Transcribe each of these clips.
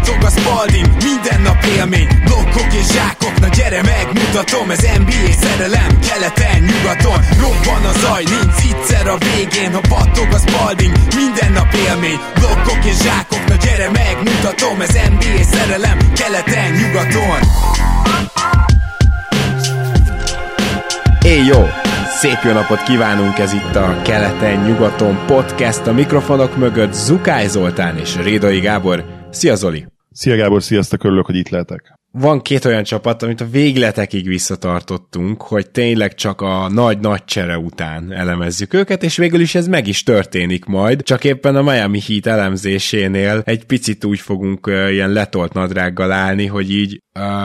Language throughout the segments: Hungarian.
Battog a Spalding, minden nap élmény, blokkok és zsákok, na gyere megmutatom, ez NBA szerelem, keleten, nyugaton, robban a zaj, nincs egyszer a végén, ha battog a Spalding, minden nap élmény, blokkok és zsákok, na gyere megmutatom, ez NBA szerelem, keleten, nyugaton. Jó! Szép jó napot kívánunk, ez itt a Keleten-nyugaton podcast, a mikrofonok mögött Zukály Zoltán és Rédai Gábor. Szia Zoli! Szia Gábor, sziasztok, örülök, hogy itt lehetek. Van két olyan csapat, amit a végletekig visszatartottunk, hogy tényleg csak a nagy csere után elemezzük őket, és végül is ez meg is történik majd, csak éppen a Miami Heat elemzésénél egy picit úgy fogunk ilyen letolt nadrággal állni, hogy így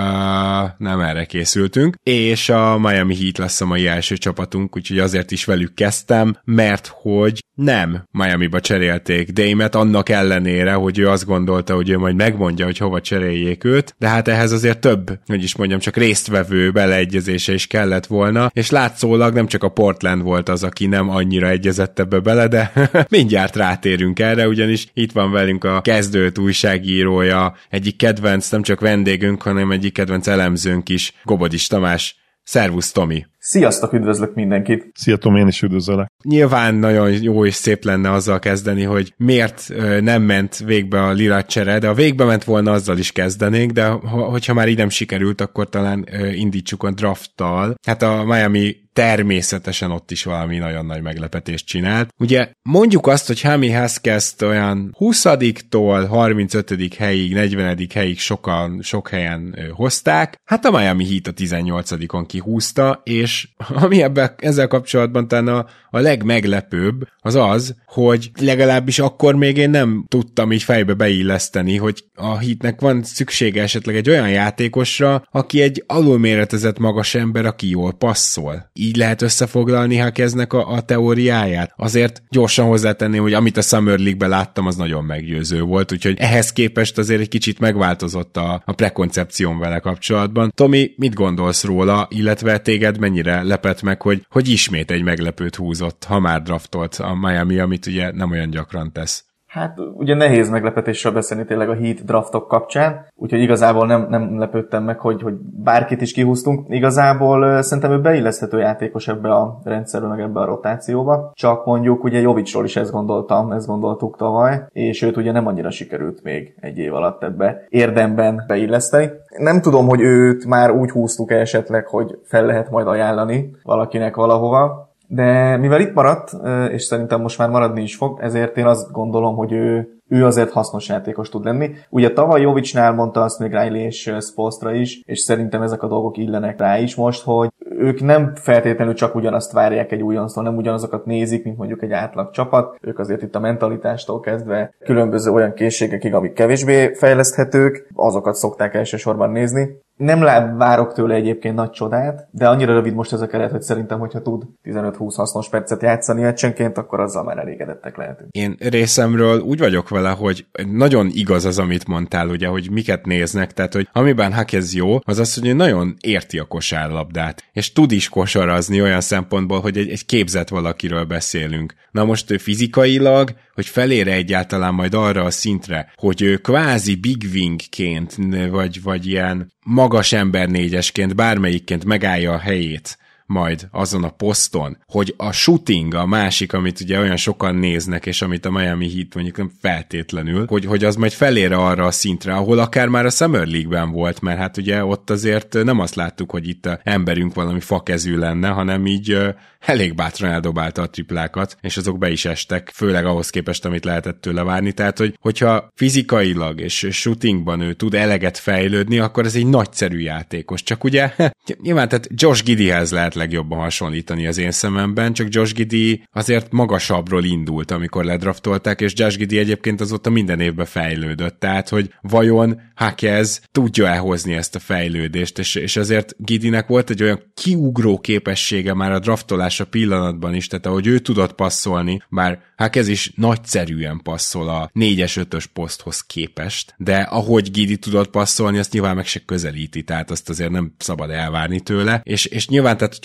nem erre készültünk, és a Miami Heat lesz a mai első csapatunk, úgyhogy azért is velük kezdtem, mert hogy nem Miamiba cserélték Dame-et, annak ellenére, hogy ő azt gondolta, hogy ő majd megmondja, hogy hova cseréljék őt, de hát ehhez azért több, hogy is mondjam, csak résztvevő beleegyezése is kellett volna, és látszólag nem csak a Portland volt az, aki nem annyira egyezett ebbe bele, de mindjárt rátérünk erre, ugyanis itt van velünk a Kezdőt újságírója, egyik kedvenc, nem csak vendégünk, hanem egyik kedvenc elemzőnk is, Gobodis Tamás. Szervusz, Tomi! Sziasztok, üdvözlök mindenkit! Szia Tomi, én is üdvözöllek! Nyilván nagyon jó és szép lenne azzal kezdeni, hogy miért nem ment végbe a Lillard csere, de ha végbe ment volna, azzal is kezdenénk, de hogyha már így nem sikerült, akkor talán indítsuk a drafttal. Hát a Miami természetesen ott is valami nagyon nagy meglepetést csinált. Ugye mondjuk azt, hogy Jaime Haskellst olyan 20-tól 35. helyig, 40. helyig sok helyen hozták, hát a Miami Heat a 18-on kihúzta, és ami ezzel kapcsolatban talán a legmeglepőbb az, hogy legalábbis akkor még én nem tudtam így fejbe beilleszteni, hogy a Heatnek van szüksége esetleg egy olyan játékosra, aki egy alulméretezett magas ember, aki jól passzol. Így lehet összefoglalni Hakeznek a teóriáját. Azért gyorsan hozzátenném, hogy amit a Summer League-ben láttam, az nagyon meggyőző volt, úgyhogy ehhez képest azért egy kicsit megváltozott a prekoncepcióm vele kapcsolatban. Tomi, mit gondolsz róla, illetve téged mennyire lepett meg, hogy ismét egy meglepőt húzott, ha már draftolt a Miami, amit ugye nem olyan gyakran tesz? Hát ugye nehéz meglepetésről beszélni tényleg a Heat draftok kapcsán, úgyhogy igazából nem lepődtem meg, hogy bárkit is kihúztunk. Igazából szerintem ő beilleszthető játékos ebbe a rendszerbe, meg ebbe a rotációba. Csak mondjuk ugye Jovicsról is ezt gondoltuk tavaly, és őt ugye nem annyira sikerült még egy év alatt ebbe érdemben beilleszteni. Nem tudom, hogy őt már úgy húztuk esetleg, hogy fel lehet majd ajánlani valakinek valahova, de mivel itt maradt, és szerintem most már maradni is fog, ezért én azt gondolom, hogy ő azért hasznos játékos tud lenni. Ugye tavaly Jovicsnál mondta azt még Riley és Spoelstra is, és szerintem ezek a dolgok illenek rá is most, hogy ők nem feltétlenül csak ugyanazt várják egy újonctól, nem ugyanazokat nézik, mint mondjuk egy átlag csapat. Ők azért itt a mentalitástól kezdve különböző olyan készségekig, amik kevésbé fejleszthetők, azokat szokták elsősorban nézni. Nem várok tőle egyébként nagy csodát, de annyira rövid most ez a keret, hogy szerintem, hogyha tud 15-20 hasznos percet játszani meccsenként, akkor azzal már elégedettek lehetünk. Én részemről úgy vagyok vele, hogy nagyon igaz az, amit mondtál, ugye, hogy miket néznek, tehát, hogy amiben Hakez jó, az, hogy nagyon érti a kosárlabdát, és tud is kosarazni olyan szempontból, hogy egy képzett valakiről beszélünk. Na most ő fizikailag, hogy felére egyáltalán majd arra a szintre, hogy ő kvázi big wingként, vagy ilyen magas ember négyesként, bármelyikként megállja a helyét majd azon a poszton, hogy a shooting a másik, amit ugye olyan sokan néznek, és amit a Miami Heat mondjuk nem feltétlenül, hogy az majd felére arra a szintre, ahol akár már a Summer League-ben volt, mert hát ugye ott azért nem azt láttuk, hogy itt a emberünk valami fakezű lenne, hanem így elég bátran eldobálta a triplákat, és azok be is estek, főleg ahhoz képest, amit lehetett tőle várni, tehát hogyha fizikailag és shootingban ő tud eleget fejlődni, akkor ez egy nagyszerű játékos, csak ugye nyilván tehát Josh Giddeyhez lehet legjobban hasonlítani az én szememben, csak Josh Giddey azért magasabbról indult, amikor ledraftolták, és Josh Giddey egyébként azóta minden évben fejlődött, tehát hogy vajon Hakez tudja elhozni ezt a fejlődést, és azért Giddeynek volt egy olyan kiugró képessége már a draftolása pillanatban is, tehát ahogy ő tudott passzolni, bár Hakez is nagyszerűen passzol a 4-es, 5-ös poszthoz képest, de ahogy Giddey tudott passzolni, azt nyilván meg se közelíti, tehát azt azért nem szabad elvárni tőle, és nyilván tehát, hogyha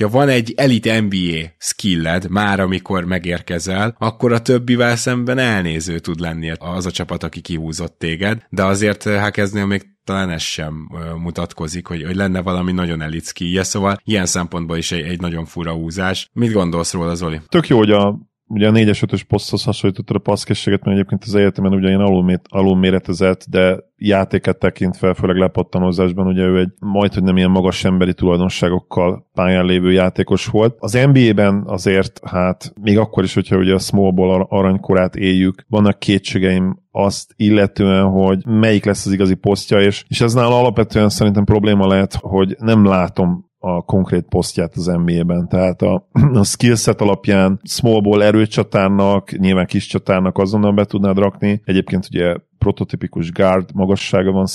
hogyha van egy elite NBA skilled, már amikor megérkezel, akkor a többivel szemben elnéző tud lenni az a csapat, aki kihúzott téged, de azért Hakeznél még talán ez sem mutatkozik, hogy lenne valami nagyon elit skillje, szóval ilyen szempontból is egy nagyon fura húzás. Mit gondolsz róla, Zoli? Tök jó, hogy ugye a 4-es 5-ös poszthoz hasonlítottad a passzkészséget, mert egyébként az egyetemen ugye ilyen alulméretezett, de játéket tekintve, főleg lepattanózásban, ugye ő egy majdhogy nem ilyen magas emberi tulajdonságokkal pályán lévő játékos volt. Az NBA-ben azért, hát még akkor is, hogyha ugye a small ball aranykorát éljük, vannak kétségeim azt illetően, hogy melyik lesz az igazi posztja, és ez nála alapvetően szerintem probléma lehet, hogy nem látom a konkrét posztját az NBA-ben, tehát a skillset alapján small ball erőcsatárnak, nyilván kis csatárnak azonnal be tudnád rakni, egyébként ugye prototipikus guard magassága van,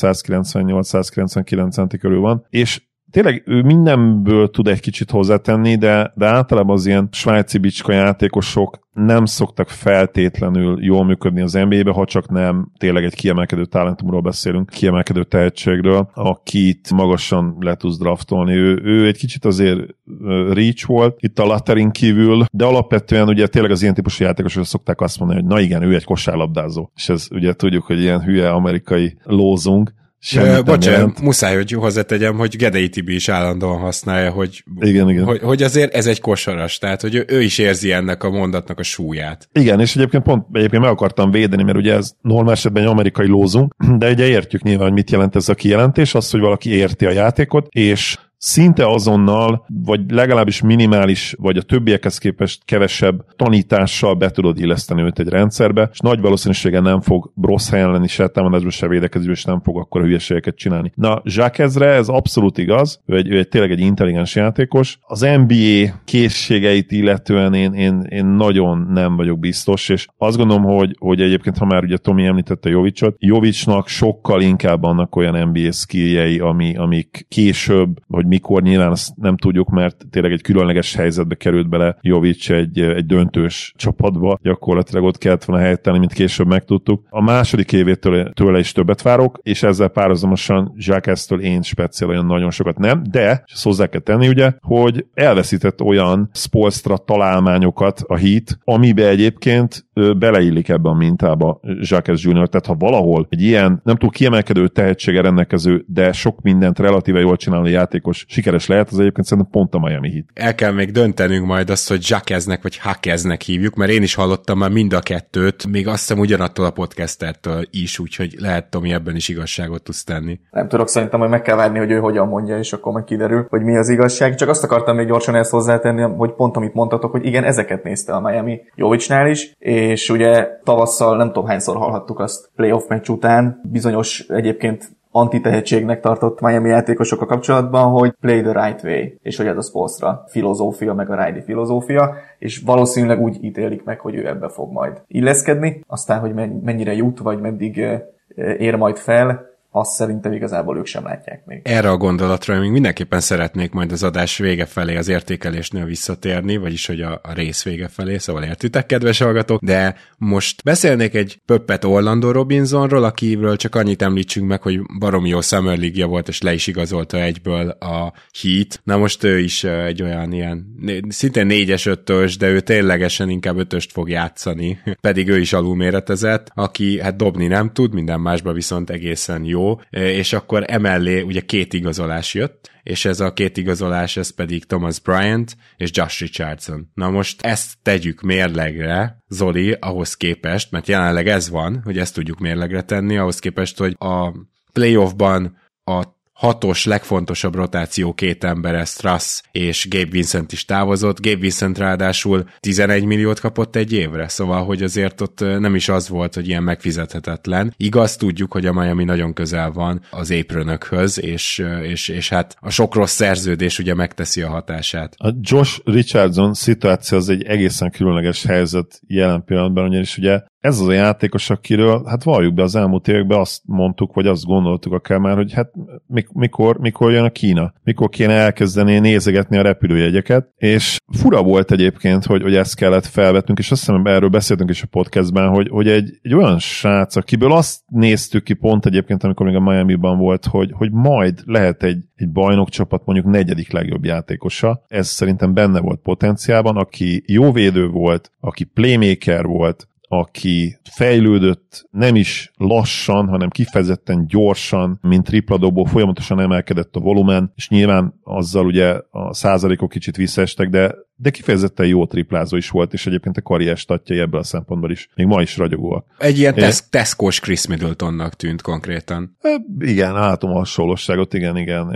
198-199 centi körül van, és tényleg ő mindenből tud egy kicsit hozzátenni, de általában az ilyen svájci bicska játékosok nem szoktak feltétlenül jól működni az NBA-be, ha csak nem tényleg egy kiemelkedő talentumról beszélünk, kiemelkedő tehetségről, akit magasan le tudsz draftolni. Ő egy kicsit azért reach volt itt a latterin kívül, de alapvetően ugye tényleg az ilyen típusú játékosok szokták azt mondani, hogy na igen, ő egy kosárlabdázó. És ez ugye tudjuk, hogy ilyen hülye amerikai lózunk. Bocsánat, muszáj, hogy hozzátegyem, hogy Gedei Tibi is állandóan használja, hogy, igen. Hogy azért ez egy kosaras, tehát hogy ő is érzi ennek a mondatnak a súlyát. Igen, és egyébként meg akartam védeni, mert ugye ez normál esetben egy amerikai lózunk, de ugye értjük nyilván, hogy mit jelent ez a kijelentés, az, hogy valaki érti a játékot, és szinte azonnal, vagy legalábbis minimális, vagy a többiekhez képest kevesebb tanítással be tudod illeszteni őt egy rendszerbe, és nagy valószínűséggel nem fog rossz helyen lenni, se támadásban, se védekezésben, és nem fog akkor a hülyeségeket csinálni. Na, Jacquezre ez abszolút igaz, ő egy tényleg egy intelligens játékos. Az NBA készségeit illetően én nagyon nem vagyok biztos, és azt gondolom, hogy egyébként, ha már ugye Tomi említette Jovicot, Jovicnak sokkal inkább annak olyan NBA skilljei, amik később, hogy mikor, nyilván azt nem tudjuk, mert tényleg egy különleges helyzetbe került bele Jovic egy döntős csapatba, gyakorlatilag ott kellett volna helyet tenni, mint később megtudtuk. A második évétől tőle is többet várok, és ezzel párhuzamosan Jacquez-től én speciál olyan nagyon sokat nem, de, és ezt hozzá kell tenni ugye, hogy elveszített olyan Spoelstra találmányokat a Heat, amibe egyébként beleillik ebbe a mintába Jacquez Jr. Tehát ha valahol egy ilyen, nem túl kiemelkedő tehetséggel rendelkező, de sok mindent relatíve jól csináló játékos sikeres lehet, az egyébként szerintem pont a Miami Heat. El kell még döntenünk majd azt, hogy Jacqueznek vagy Hakeznek hívjuk, mert én is hallottam már mind a kettőt, még azt hiszem ugyanattól a podcastertől is, úgyhogy lehet, Tomi, ebben is igazságot tudsz tenni. Nem tudok, szerintem, hogy meg kell várni, hogy ő hogyan mondja, és akkor meg kiderül, hogy mi az igazság. Csak azt akartam még gyorsan ezt hozzátenni, hogy pont amit mondtatok, hogy igen, ezeket nézte a Miami Jovicnál is, és ugye tavasszal nem tudom hányszor hallhattuk azt playoff meccs után, bizonyos egyébként antitehetségnek tartott Miami játékosok a kapcsolatban, hogy play the right way, és hogy ez a Spoelstra filozófia, meg a Riley filozófia, és valószínűleg úgy ítélik meg, hogy ő ebbe fog majd illeszkedni, aztán, hogy mennyire jut, vagy meddig ér majd fel, azt szerintem igazából ők sem látják még. Erre a gondolatra még mindenképpen szeretnék majd az adás vége felé az értékelésnél visszatérni, vagyis hogy a rész vége felé, szóval értitek, kedves hallgatók, de most beszélnék egy pöppet Orlando Robinsonról, akiről csak annyit említsünk meg, hogy baromi jó Summer League-ja volt, és le is igazolta egyből a Heat. Na most ő is egy olyan ilyen, szintén 4-es 5-ös, de ő ténylegesen inkább 5-öst fog játszani, pedig ő is alulméretezett, aki hát dobni nem tud, minden másban viszont egészen jó, és akkor emellé ugye 2 igazolás jött, és ez a 2 igazolás, ez pedig Thomas Bryant és Josh Richardson. Na most ezt tegyük mérlegre, Zoli, ahhoz képest, mert jelenleg ez van, hogy ezt tudjuk mérlegre tenni, ahhoz képest, hogy a playoffban a 6-os legfontosabb rotáció 2 embere, Strass és Gabe Vincent is távozott. Gabe Vincent ráadásul 11 milliót kapott egy évre, szóval, hogy azért ott nem is az volt, hogy ilyen megfizethetetlen. Igaz, tudjuk, hogy a Miami nagyon közel van az Apronökhöz, és hát a sok rossz szerződés ugye megteszi a hatását. A Josh Richardson szituáció az egy egészen különleges helyzet jelen pillanatban, ugyanis ugye ez az a játékos, akiről, hát valljuk be, az elmúlt években azt mondtuk, vagy azt gondoltuk akár már, hogy hát mikor jön a Kína, mikor kéne elkezdeni nézegetni a repülőjegyeket, és fura volt egyébként, hogy ezt kellett felvetnünk, és azt hiszem, erről beszéltünk is a podcastben, hogy egy olyan srác, akiből azt néztük ki pont egyébként, amikor még a Miami-ban volt, hogy majd lehet egy bajnokcsapat mondjuk 4. legjobb játékosa. Ez szerintem benne volt potenciálban, aki jó védő volt, aki playmaker volt, aki fejlődött nem is lassan, hanem kifejezetten gyorsan, mint tripladobó, folyamatosan emelkedett a volumen, és nyilván azzal ugye a százalékok kicsit visszaestek, de kifejezetten jó triplázó is volt, és egyébként a karrier statjai ebből a szempontból is még ma is ragyogóak. Egy ilyen Tesco-s Chris Middletonnak tűnt konkrétan. Igen, látom a hasonlóságot, igen.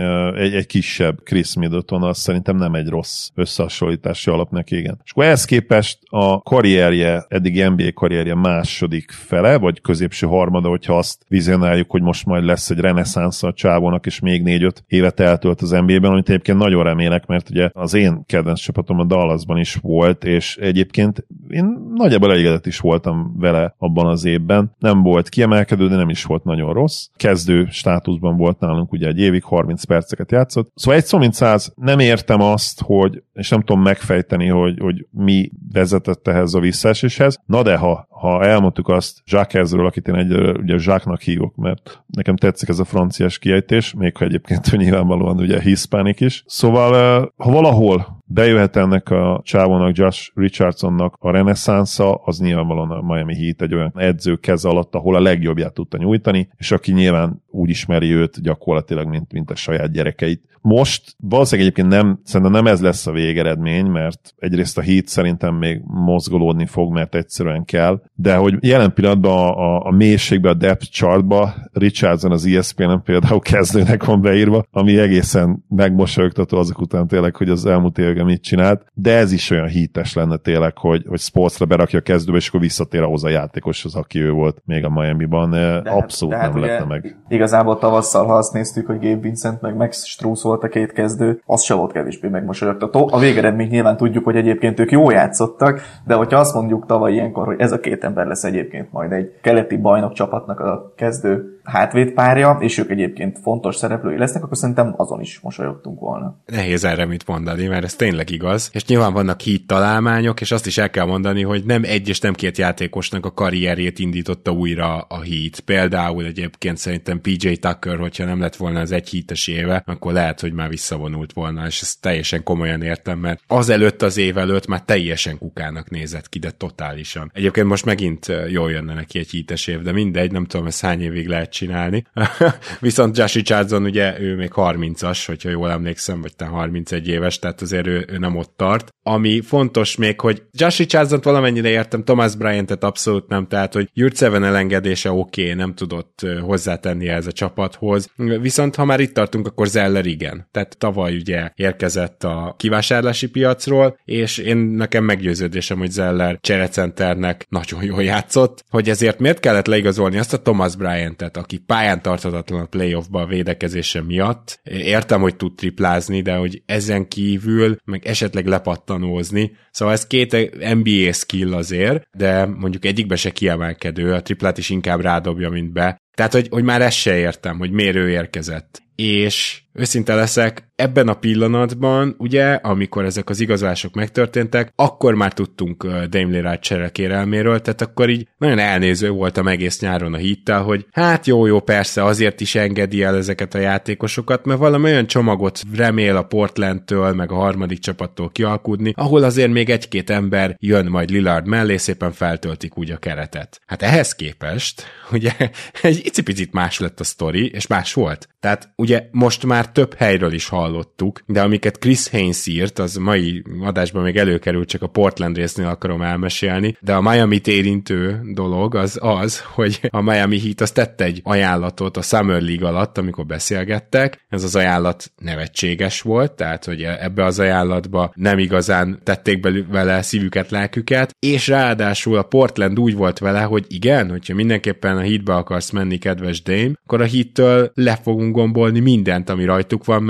Egy kisebb Chris Middleton, az szerintem nem egy rossz összehasonlítási alap neki, igen. És akkor ehhez képest a karrierje, eddigi NBA karrierje második fele, vagy középső harmada, hogyha azt vizionáljuk, hogy most majd lesz egy reneszánsz a csávónak, és még 4-5 évet eltölt az NBA-ben, amit egyébként nagyon remélek, mert ugye az én kedvenc csapatom a Dallasban is volt, és egyébként én nagyjából elégedett is voltam vele abban az évben. Nem volt kiemelkedő, de nem is volt nagyon rossz. Kezdő státuszban volt nálunk ugye egy évig, 30 perceket játszott. Szóval egy szó mint 100, nem értem azt, és nem tudom megfejteni, hogy mi vezetett ehhez a visszaeséshez. Na de ha elmondtuk azt Jacquesről, akit én ugye Jacques-nak hívok, mert nekem tetszik ez a franciás kiejtés, még ha egyébként nyilvánvalóan ugye hispánik is. Szóval ha valahol bejöhet ennek a csávónak, Josh Richardsonnak a reneszánsza, az nyilvánvalóan a Miami Heat egy olyan edző keze alatt, ahol a legjobbját tudta nyújtani, és aki nyilván úgy ismeri őt gyakorlatilag, mint a saját gyerekeit. Most valószínűleg egyébként szerintem nem ez lesz a végeredmény, mert egyrészt a Heat szerintem még mozgolódni fog, mert egyszerűen kell, de hogy jelen pillanatban a mélységben, a depth chartba Richardson az ESPN-en például kezdőnek van beírva, ami egészen megmosolyogtató azok után tényleg, hogy az elmúlt években mit csinált, de ez is olyan hites lenne tényleg, hogy Sportsra berakja a kezdőbe, és akkor visszatér ahhoz a játékoshoz, aki ő volt még a Miami-ban. Abszolút nem lette meg. Igazából tavasszal, ha azt néztük, hogy Gabe Vincent meg Max Strus volt a két kezdő, az se volt kevésbé megmosolyogtató. A végeredményt nyilván tudjuk, hogy egyébként ők jól játszottak, de hogyha azt mondjuk tavaly ilyenkor, hogy ez a két ember lesz egyébként majd egy keleti bajnok csapatnak a kezdő hátvédpárja, és ők egyébként fontos szereplői lesznek, akkor szerintem azon is mosolyogtunk volna. Nehéz erre mit mondani, mert ez tényleg igaz, és nyilván vannak Heat találmányok, és azt is el kell mondani, hogy nem egy és nem két játékosnak a karrierjét indította újra a Heat. Például egyébként szerintem PJ Tucker, hogyha nem lett volna az egy Heat-es éve, akkor lehet, hogy már visszavonult volna, és ezt teljesen komolyan értem, mert azelőtt az év előtt már teljesen kukának nézett ki, de totálisan. Egyébként most megint jól jönne neki egy Heat-es év, de mindegy, nem tudom, ezt hány évig lehet csinálni. Viszont Josh Richardson, ugye ő még 30-as, hogyha jól emlékszem, vagy te 31 éves, tehát azért ő nem ott tart. Ami fontos még, hogy Josh Richardson-t valamennyire értem, Thomas Bryantet abszolút nem, tehát hogy Jurtseven elengedése oké, nem tudott hozzátenni ez a csapathoz. Viszont ha már itt tartunk, akkor Zeller igen. Tehát tavaly ugye érkezett a kivásárlási piacról, és nekem meggyőződésem, hogy Zeller cserecenternek nagyon jól játszott, hogy ezért miért kellett leigazolni azt a Thomas Bryantet, aki pályán tarthatatlan a playoffba a védekezése miatt. Értem, hogy tud triplázni, de hogy ezen kívül meg esetleg lepattanózni. Szóval ez két NBA skill azért, de mondjuk egyikbe se kiemelkedő, a triplát is inkább rádobja, mint be. Tehát, hogy már ezt se értem, hogy miért ő érkezett. És őszinte leszek, ebben a pillanatban, ugye, amikor ezek az igazolások megtörténtek, akkor már tudtunk Dame Lillard cserekérelméről, tehát akkor így nagyon elnéző voltam egész nyáron a Heattel, hogy hát jó, persze, azért is engedi el ezeket a játékosokat, mert valami olyan csomagot remél a Portlandtől, meg a harmadik csapattól kialkudni, ahol azért még egy-két ember jön majd Lillard mellé, szépen feltöltik úgy a keretet. Hát ehhez képest, ugye, egy icipicit más lett a sztori, és más volt. Tehát ugye most már több helyről is hallottuk, de amiket Chris Haynes írt, az mai adásban még előkerült, csak a Portland résznél akarom elmesélni, de a Miami-t érintő dolog az, hogy a Miami Heat az tette egy ajánlatot a Summer League alatt, amikor beszélgettek. Ez az ajánlat nevetséges volt, tehát hogy ebbe az ajánlatba nem igazán tették vele szívüket, lelküket, és ráadásul a Portland úgy volt vele, hogy igen, hogyha mindenképpen a Heatbe akarsz menni, kedves Dame, akkor a Heattől le fogunk gombolni mindent, ami rajtuk van, mert érted,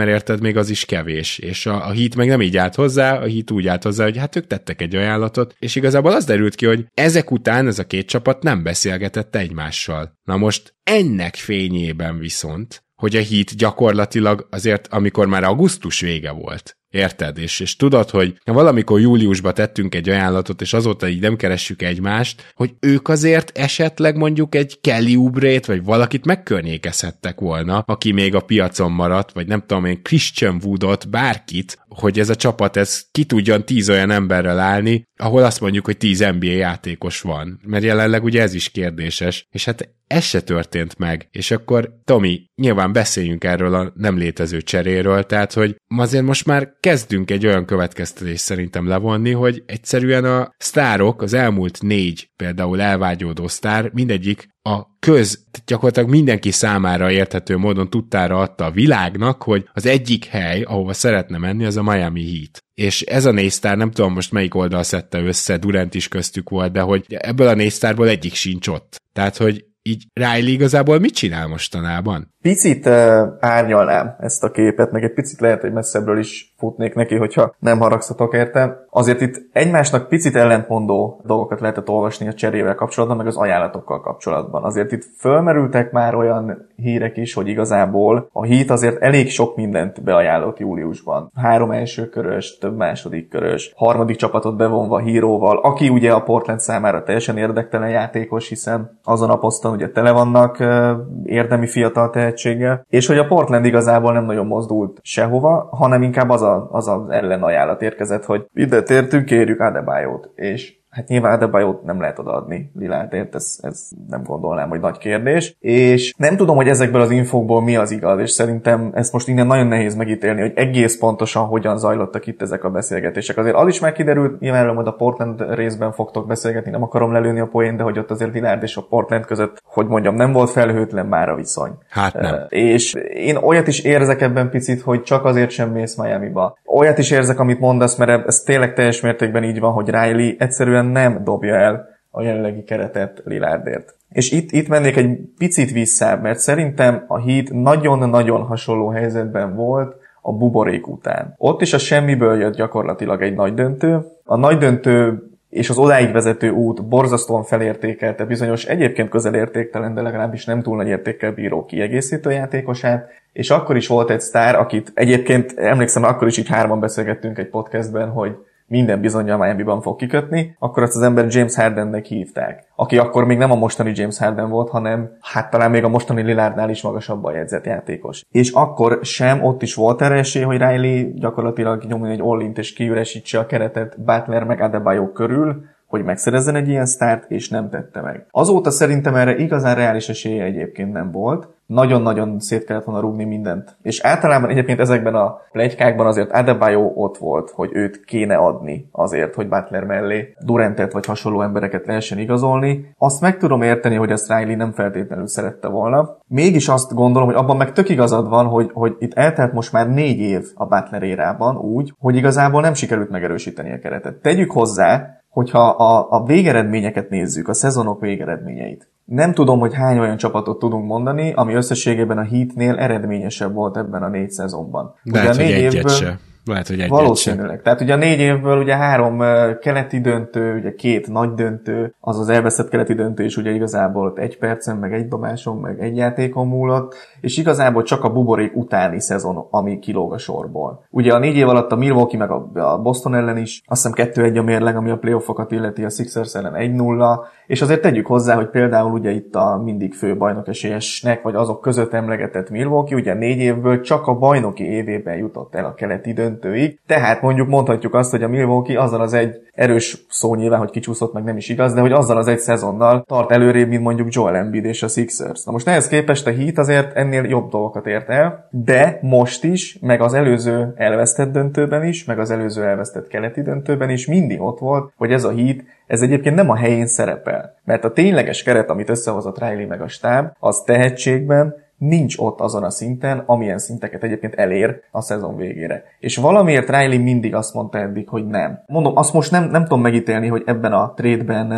még az is kevés, és a Heat meg nem így állt hozzá, a Heat úgy állt hozzá, hogy hát ők tettek egy ajánlatot, és igazából az derült ki, hogy ezek után ez a két csapat nem beszélgetett egymással. Na most ennek fényében viszont, hogy a Heat gyakorlatilag azért, amikor már augusztus vége volt, érted? És tudod, hogy valamikor júliusban tettünk egy ajánlatot, és azóta így nem keressük egymást, hogy ők azért esetleg mondjuk egy Kelly Oubre-t, vagy valakit megkörnyékezhettek volna, aki még a piacon maradt, vagy nem tudom én, Christian Woodot, bárkit, hogy ez a csapat ki tudjon 10 olyan emberrel állni, ahol azt mondjuk, hogy 10 NBA játékos van. Mert jelenleg ugye ez is kérdéses. És hát ez se történt meg. És akkor, Tomi, nyilván beszéljünk erről a nem létező cseréről, tehát, hogy azért most már kezdünk egy olyan következtetést szerintem levonni, hogy egyszerűen a sztárok, az elmúlt 4 például elvágyódó sztár, mindegyik gyakorlatilag mindenki számára érthető módon tudtára adta a világnak, hogy az egyik hely, ahova szeretne menni, az a Miami Heat. És ez a 4 sztár, nem tudom most melyik oldal szedte össze, Durant is köztük volt, de hogy ebből a 4 sztárból egyik sincs ott. Tehát, hogy így Riley igazából mit csinál mostanában? Picit árnyalnám ezt a képet, meg egy picit lehet, hogy messzebbről is futnék neki, hogyha nem haragszatok érte. Azért itt egymásnak picit ellentmondó dolgokat lehetett olvasni a cserével kapcsolatban, meg az ajánlatokkal kapcsolatban. Azért itt fölmerültek már olyan hírek is, hogy igazából a Heat azért elég sok mindent beajánlott júliusban. 3 elsőkörös, több második körös, harmadik csapatot bevonva Híróval, aki ugye a Portland számára teljesen érdektelen játékos, hiszen azon a poszton ugye tele vannak érdemi fiatal tehetséggel, és hogy a Portland igazából nem nagyon mozdult sehova, hanem inkább az ellenajánlat érkezett, hogy ide tértünk, kérjük Adebayot, és hát nyilván Adebayot nem lehet odaadni Lillardért, ez nem gondolnám, hogy nagy kérdés. És nem tudom, hogy ezekből az infókból mi az igaz, és szerintem ezt most innen nagyon nehéz megítélni, hogy egész pontosan hogyan zajlottak itt ezek a beszélgetések. Azért az is már kiderült, nyilván majd a Portland részben fogtok beszélgetni, nem akarom lelőni a poént, de hogy ott azért Lillard és a Portland között, hogy mondjam, nem volt felhőtlen már a viszony. Hát nem. És én olyat is érzek ebben picit, hogy csak azért sem mész Miamiba. Olyat is érzek, amit mondasz, mert ez tényleg teljes mértékben így van, hogy Riley egyszerűen nem dobja el a jelenlegi keretet Lillardért. És itt mennék egy picit visszább, mert szerintem a Heat nagyon-nagyon hasonló helyzetben volt a buborék után. Ott is a semmiből jött gyakorlatilag egy nagy döntő. A nagy döntő és az odáig vezető út borzasztóan felértékelte bizonyos egyébként közelértéktelen, de legalábbis nem túl nagy értékkel bíró kiegészítő játékosát, és akkor is volt egy sztár, akit egyébként emlékszem, akkor is így 3-an beszélgettünk egy podcastben, hogy minden bizonnyal Miami-ban fog kikötni, akkor azt az ember James Hardennek hívták. Aki akkor még nem a mostani James Harden volt, hanem hát talán még a mostani Lillardnál is magasabban jegyzett játékos. És akkor sem ott is volt erre esély, hogy Riley gyakorlatilag nyomjon egy all-int és kiüresítse a keretet Butler meg Adebayo körül, hogy megszerezzen egy ilyen sztárt, és nem tette meg. Azóta szerintem erre igazán reális esélye egyébként nem volt. Nagyon-nagyon szét kellett volna rúgni mindent. És általában egyébként ezekben a pletykákban azért Adebayo ott volt, hogy őt kéne adni azért, hogy Butler mellé Durantet vagy hasonló embereket lehessen igazolni. Azt meg tudom érteni, hogy ezt Riley nem feltétlenül szerette volna. Mégis azt gondolom, hogy abban meg tök igazad van, hogy itt eltelt most már 4 év a Butler érában úgy, hogy igazából nem sikerült megerősíteni a keretet. Tegyük hozzá, hogyha a végeredményeket nézzük, a szezonok végeredményeit. Nem tudom, hogy hány olyan csapatot tudunk mondani, ami összességében a Heatnél eredményesebb volt ebben a 4 szezonban. Lehet, hogy egyet se. Lehet, hogy egyet valószínűleg. Tehát ugye a 4 évből ugye 3 keleti döntő, ugye 2 nagy döntő, az az elveszett keleti döntő is ugye igazából 1 percen, meg 1 dobáson, meg 1 játékon múlott, és igazából csak a buborék utáni szezon, ami kilóg a sorból. Ugye a 4 év alatt a Milwaukee meg a Boston ellen is, azt hiszem 2-1 a mérleg, ami a playoffokat illeti, a Sixers ellen 1-0, és azért tegyük hozzá, hogy például ugye itt a mindig fő bajnok esélyesnek, vagy azok között emlegetett Milwaukee, ugye 4 évből csak a bajnoki évében jutott el a keleti döntőig, tehát mondjuk mondhatjuk azt, hogy a Milwaukee azzal az egy erős szó nyilván, hogy kicsúszott, meg nem is igaz, de hogy azzal az egy szezonnal tart előrébb, mint mondjuk Joel Embiid és a Sixers. Na most ehhez képest a Heat azért ennél jobb dolgokat ért el, de most is, meg az előző elvesztett döntőben is, meg az előző elvesztett keleti döntőben is mindig ott volt, hogy ez a Heat, ez egyébként nem a helyén szerepel. Mert a tényleges keret, amit összehozott Riley meg a stáb, az tehetségben nincs ott azon a szinten, amilyen szinteket egyébként elér a szezon végére. És valamiért Riley mindig azt mondta eddig, hogy nem. Mondom, azt most nem tudom megítélni, hogy ebben a trade-ben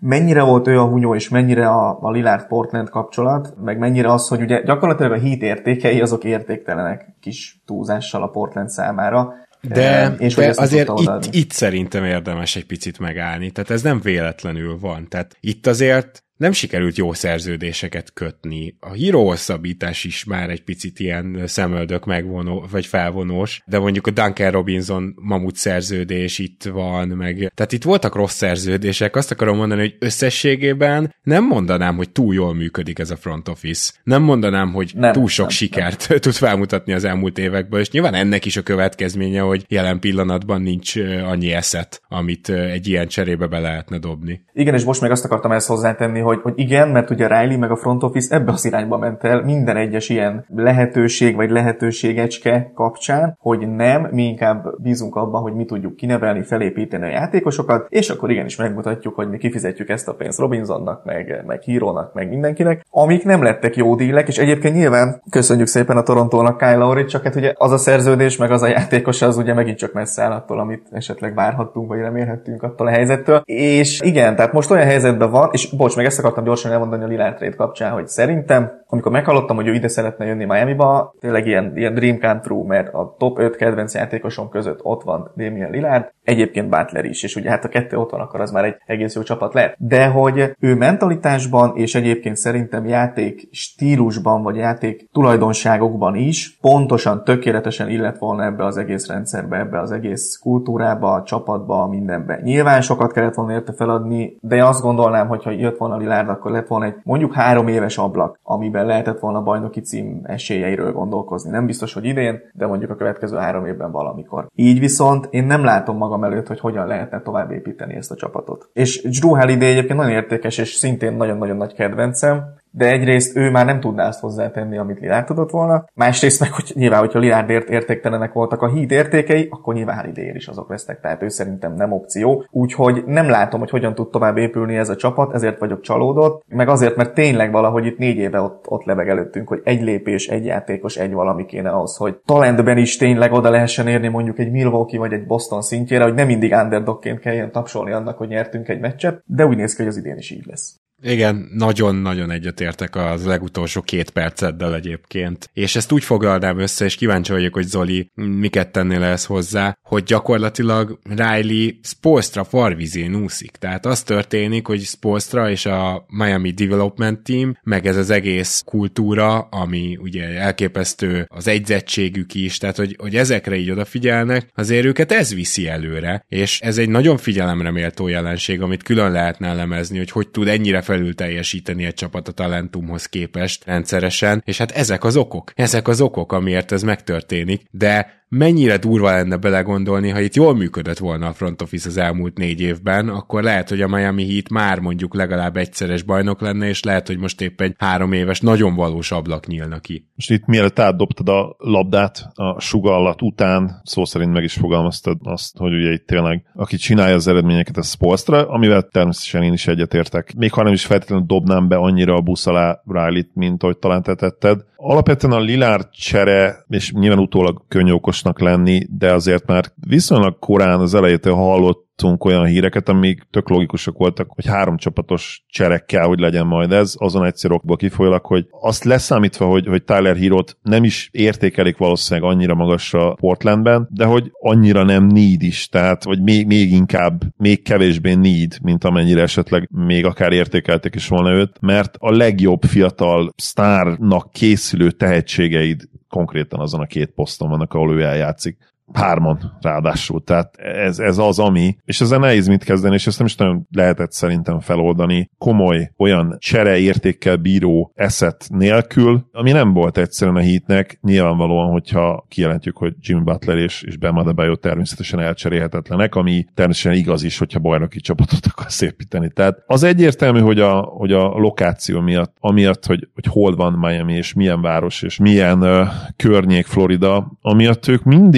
mennyire volt ő a hunyó, és mennyire a Lillard-Portland kapcsolat, meg mennyire az, hogy ugye gyakorlatilag a Heat értékei azok értéktelenek kis túlzással a Portland számára. De azért itt szerintem érdemes egy picit megállni, tehát ez nem véletlenül van. Tehát itt azért nem sikerült jó szerződéseket kötni. A Hero hosszabbítás is már egy picit ilyen szemöldök megvonó, vagy felvonós, de mondjuk a Duncan Robinson mamut szerződés itt van, meg tehát itt voltak rossz szerződések, azt akarom mondani, hogy összességében nem mondanám, hogy túl jól működik ez a front office. Nem mondanám, hogy túl sok sikert tud felmutatni az elmúlt évekből, és nyilván ennek is a következménye, hogy jelen pillanatban nincs annyi eszet, amit egy ilyen cserébe be lehetne dobni. Igen, és most meg azt akartam ezt hozzátenni, hogy igen, mert ugye Riley meg a front office ebbe az irányba ment el minden egyes ilyen lehetőség vagy lehetőségecske kapcsán, hogy nem, mi inkább bízunk abban, hogy mi tudjuk kinevelni, felépíteni a játékosokat, és akkor igenis megmutatjuk, hogy mi kifizetjük ezt a pénzt Robinsonnak, meg Hero-nak, meg mindenkinek, amik nem lettek jó dílek, és egyébként nyilván köszönjük szépen a Torontónak Kyle Lowryt, csak hát ugye az a szerződés, meg az a játékos az ugye megint csak messze áll attól, amit esetleg várhattunk, vagy remélhettünk attól a helyzettől. És igen, tehát most olyan helyzetben van, és bocs, meg ezt akartam gyorsan elmondani a Lillard trade kapcsán, hogy szerintem, amikor meghallottam, hogy ő ide szeretne jönni Miamiba, tényleg ilyen dream come true, mert a top 5 kedvenc játékosom között ott van Damian Lillard, egyébként Butler is, és ugye hát a kettő ott van, akkor az már egy egész jó csapat lehet. De hogy ő mentalitásban, és egyébként szerintem játék stílusban, vagy játék tulajdonságokban is pontosan, tökéletesen illett volna ebbe az egész rendszerbe, ebbe az egész kultúrába, a csapatba, mindenbe. Nyilván sokat kellett volna érte feladni, de azt gondolnám, hogy ha jött volna Lillard, akkor lett volna egy mondjuk 3 éves ablak, amiben lehetett volna bajnoki cím esélyeiről gondolkozni. Nem biztos, hogy idén, de mondjuk a következő 3 évben valamikor. Így viszont én nem látom magam előtt, hogy hogyan lehetne tovább építeni ezt a csapatot. És Jrue Holiday egyébként nagyon értékes, és szintén nagyon-nagyon nagy kedvencem, de egyrészt ő már nem tudná azt hozzátenni, amit Lillard tudott volna. Másrészt meg, hogy nyilván, hogyha Lillardért értéktelenek voltak a Heat értékei, akkor nyilván Holidayért is azok vesztek, tehát ő szerintem nem opció. Úgyhogy nem látom, hogy hogyan tud tovább épülni ez a csapat, ezért vagyok csalódott, meg azért, mert tényleg valahogy itt 4 éve ott lebeg előttünk, hogy egy lépés, egy játékos, egy valami kéne ahhoz, hogy talentben is tényleg oda lehessen érni mondjuk egy Milwaukee vagy egy Boston szintjére, hogy nem mindig underdogként kelljen tapsolni annak, hogy nyertünk egy meccset, de úgy néz ki, hogy az idén is így lesz. Igen, nagyon-nagyon egyetértek az legutolsó 2 perceddel egyébként. És ezt úgy foglalnám össze, és kíváncsi vagyok, hogy Zoli miket tennél ezt hozzá, hogy gyakorlatilag Riley Spoelstra farvizén úszik. Tehát az történik, hogy Spoelstra és a Miami Development Team, meg ez az egész kultúra, ami ugye elképesztő az egyzettségük is, tehát hogy ezekre így odafigyelnek, azért őket ez viszi előre, és ez egy nagyon figyelemre méltó jelenség, amit külön lehetne elemezni, hogy tud ennyire felül teljesíteni egy csapat a talentumhoz képest rendszeresen, és hát ezek az okok, amiért ez megtörténik, de mennyire durva lenne belegondolni, ha itt jól működött volna a front office az elmúlt 4 évben, akkor lehet, hogy a Miami Heat már mondjuk legalább egyszeres bajnok lenne, és lehet, hogy most épp egy 3 éves nagyon valós ablak nyílna ki. Most itt mielőtt átdobtad a labdát a sugallat után, szó szerint meg is fogalmaztad azt, hogy ugye itt tényleg aki csinálja az eredményeket, ez Spoelstra, amivel természetesen én is egyetértek. Még ha nem is feltétlenül dobnám be annyira a busz alá Riley-t, mint ahogy talán te tetted. Alapvetően a Lillard csere, és nyilván utólag könnyű okosnak lenni, de azért már viszonylag korán az elejétől hallottunk olyan híreket, amik tök logikusak voltak, hogy 3 csapatos csere kell, hogy legyen majd ez, azon egyszer okból kifolyólag, hogy azt leszámítva, hogy Tyler Herrót nem is értékelik valószínűleg annyira magasra Portlandben, de hogy annyira nem need is, tehát hogy még inkább, még kevésbé need, mint amennyire esetleg még akár értékelték is volna őt, mert a legjobb fiatal sztárnak készülő tehetségeid konkrétan azon a 2 poszton vannak, ahol ő eljátszik. 3 ráadásul, tehát ez az, ami, és ezzel nehéz mit kezdeni, és ezt nem is nagyon lehetett szerintem feloldani komoly olyan csere értékkel bíró eszet nélkül, ami nem volt egyszerűen a Heatnek, nyilvánvalóan, hogyha kijelentjük, hogy Jimmy Butler és Bam Adebayo természetesen elcserélhetetlenek, ami természetesen igaz is, hogyha bajnoki csapatot akarsz építeni. Tehát az egyértelmű, hogy a lokáció miatt, amiatt, hogy hol van Miami, és milyen város, és milyen környék Florida, amiatt ők mindig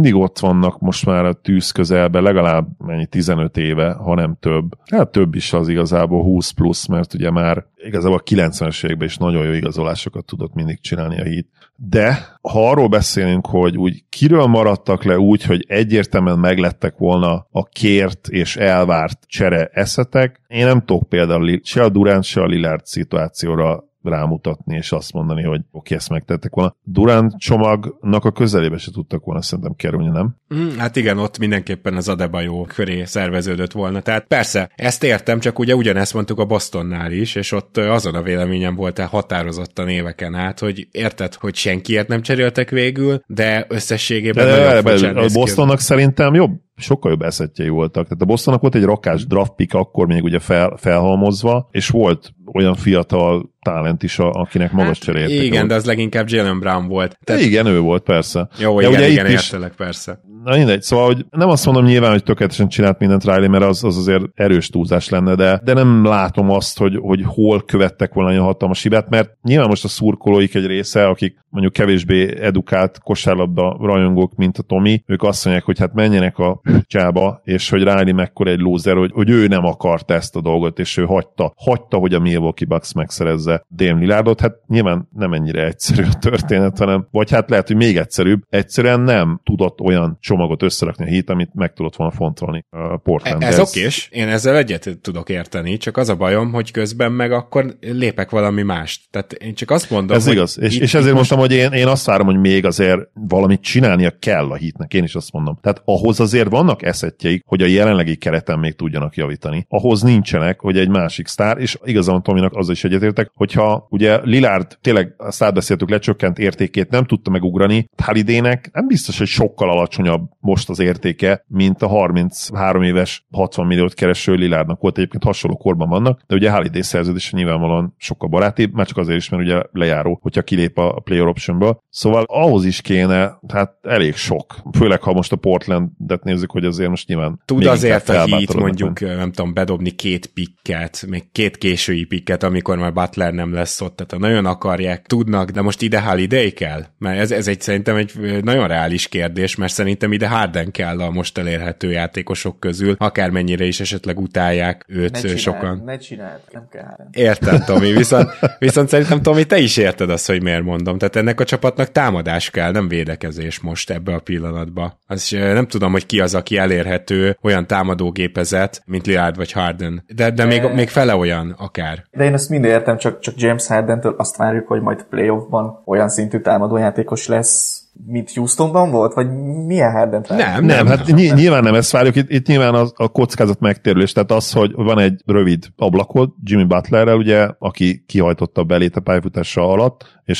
mindig ott vannak most már a tűz közelben, legalább 15 éve, ha nem több. Hát több is az igazából 20 plusz, mert ugye már igazából a 90-es években is nagyon jó igazolásokat tudott mindig csinálni a Heat. De ha arról beszélünk, hogy úgy kiről maradtak le úgy, hogy egyértelműen meglettek volna a kért és elvárt csere eszetek, én nem tudok például se a Durant, se a Lillard szituációra rámutatni, és azt mondani, hogy oké, ezt megtettek volna. Durant csomagnak a közelébe se tudtak volna szerintem kerülni, nem? Hát igen, ott mindenképpen az Adebayo köré szerveződött volna. Tehát persze, ezt értem, csak ugye ugyanezt mondtuk a Bostonnál is, és ott azon a véleményem volt határozottan éveken át, hogy érted, hogy senkiért nem cseréltek végül, de összességében a Bostonnak szerintem sokkal jobb eszettjei voltak. Tehát a Bostonnak volt egy rakás draft pick, akkor még ugye felhalmozva, és volt olyan fiatal talent is, akinek magas cseréltek. Igen, de az leginkább Jaylen Brown volt. Tehát... Igen, ő volt, persze. Jó, de igen, értelek, persze. Na mindegy, szóval hogy nem azt mondom nyilván, hogy tökéletesen csinált mindent Riley, mert az azért erős túlzás lenne, de nem látom azt, hogy hol követtek volna olyan hatalmas hibát, mert nyilván most a szurkolóik egy része, akik mondjuk kevésbé edukált kosárlabda rajongók, mint a Tomi, ők azt mondják, hogy hát menjenek a csába, és hogy Riley mekkora egy loser, hogy ő nem akarta ezt a dolgot, és ő hagyta, hogy a Milwaukee Bucks megszerezze Dame Lillardot. Hát nyilván nem ennyire egyszerű a történet, hanem, vagy hát lehet, hogy még egyszerűbb, egyszerűen nem tudott olyan csomagot összerakni a Heat, amit meg tudott volna fontolni a Portland. Ez okés, én ezzel egyet tudok érteni, csak az a bajom, hogy közben meg akkor lépek valami mást. Tehát én csak azt mondom, ez hogy igaz, és ezért mondtam, hogy én azt várom, hogy még azért valamit csinálnia kell a Heatnek, én is azt mondom. Tehát ahhoz azért vannak eszettjeik, hogy a jelenlegi kereten még tudjanak javítani. Ahhoz nincsenek, hogy egy másik sztár, és igazán Tominak azzal is egyetértek, hogyha ugye Lillard tényleg azt átbeszéltük, lecsökkent értékét nem tudta megugrani, Halidaynek nem biztos, hogy sokkal alacsonyabb most az értéke, mint a 33 éves 60 milliót kereső Lillardnak volt, egyébként hasonló korban vannak, de ugye Haliday szerződése nyilvánvalóan sokkal barátibb, már csak azért is, mert ugye lejáró, hogyha kilép a player optionből. Szóval ahhoz is kéne, hát elég sok. Főleg, ha most a Portlandet nézzük, hogy azért most nyilván tud azért a Heat mondjuk, nem tudom, bedobni 2 pikket, még 2 késői pikket, amikor már Butler nem lesz ott, tehát ha nagyon akarják, tudnak, de most ide Holiday kell? Mert ez szerintem egy nagyon reális kérdés, mert szerintem ide Harden kell a most elérhető játékosok közül, akármennyire is esetleg utálják őt sokan. Ne csináld, nem kell Harden. Értem, Tomi, viszont szerintem, Tomi, te is érted azt, hogy miért mondom. Tehát ennek a csapatnak támadás kell, nem védekezés most ebbe a pillanatba. Az nem tudom, hogy ki az, aki elérhető olyan támadógépezet, mint Lillard vagy Harden. De még fele olyan akár. De én ezt mind értem, csak James Hardentől azt várjuk, hogy majd playoffban olyan szintű támadójátékos lesz, mint Houstonban volt? Vagy milyen Hardent várjuk? Nem, hát nyilván nem ezt várjuk. Itt nyilván a kockázat megtérülés, tehát az, hogy van egy rövid ablakod Jimmy Butlerrel, ugye, aki kihajtotta a belét a pályafutása alatt, és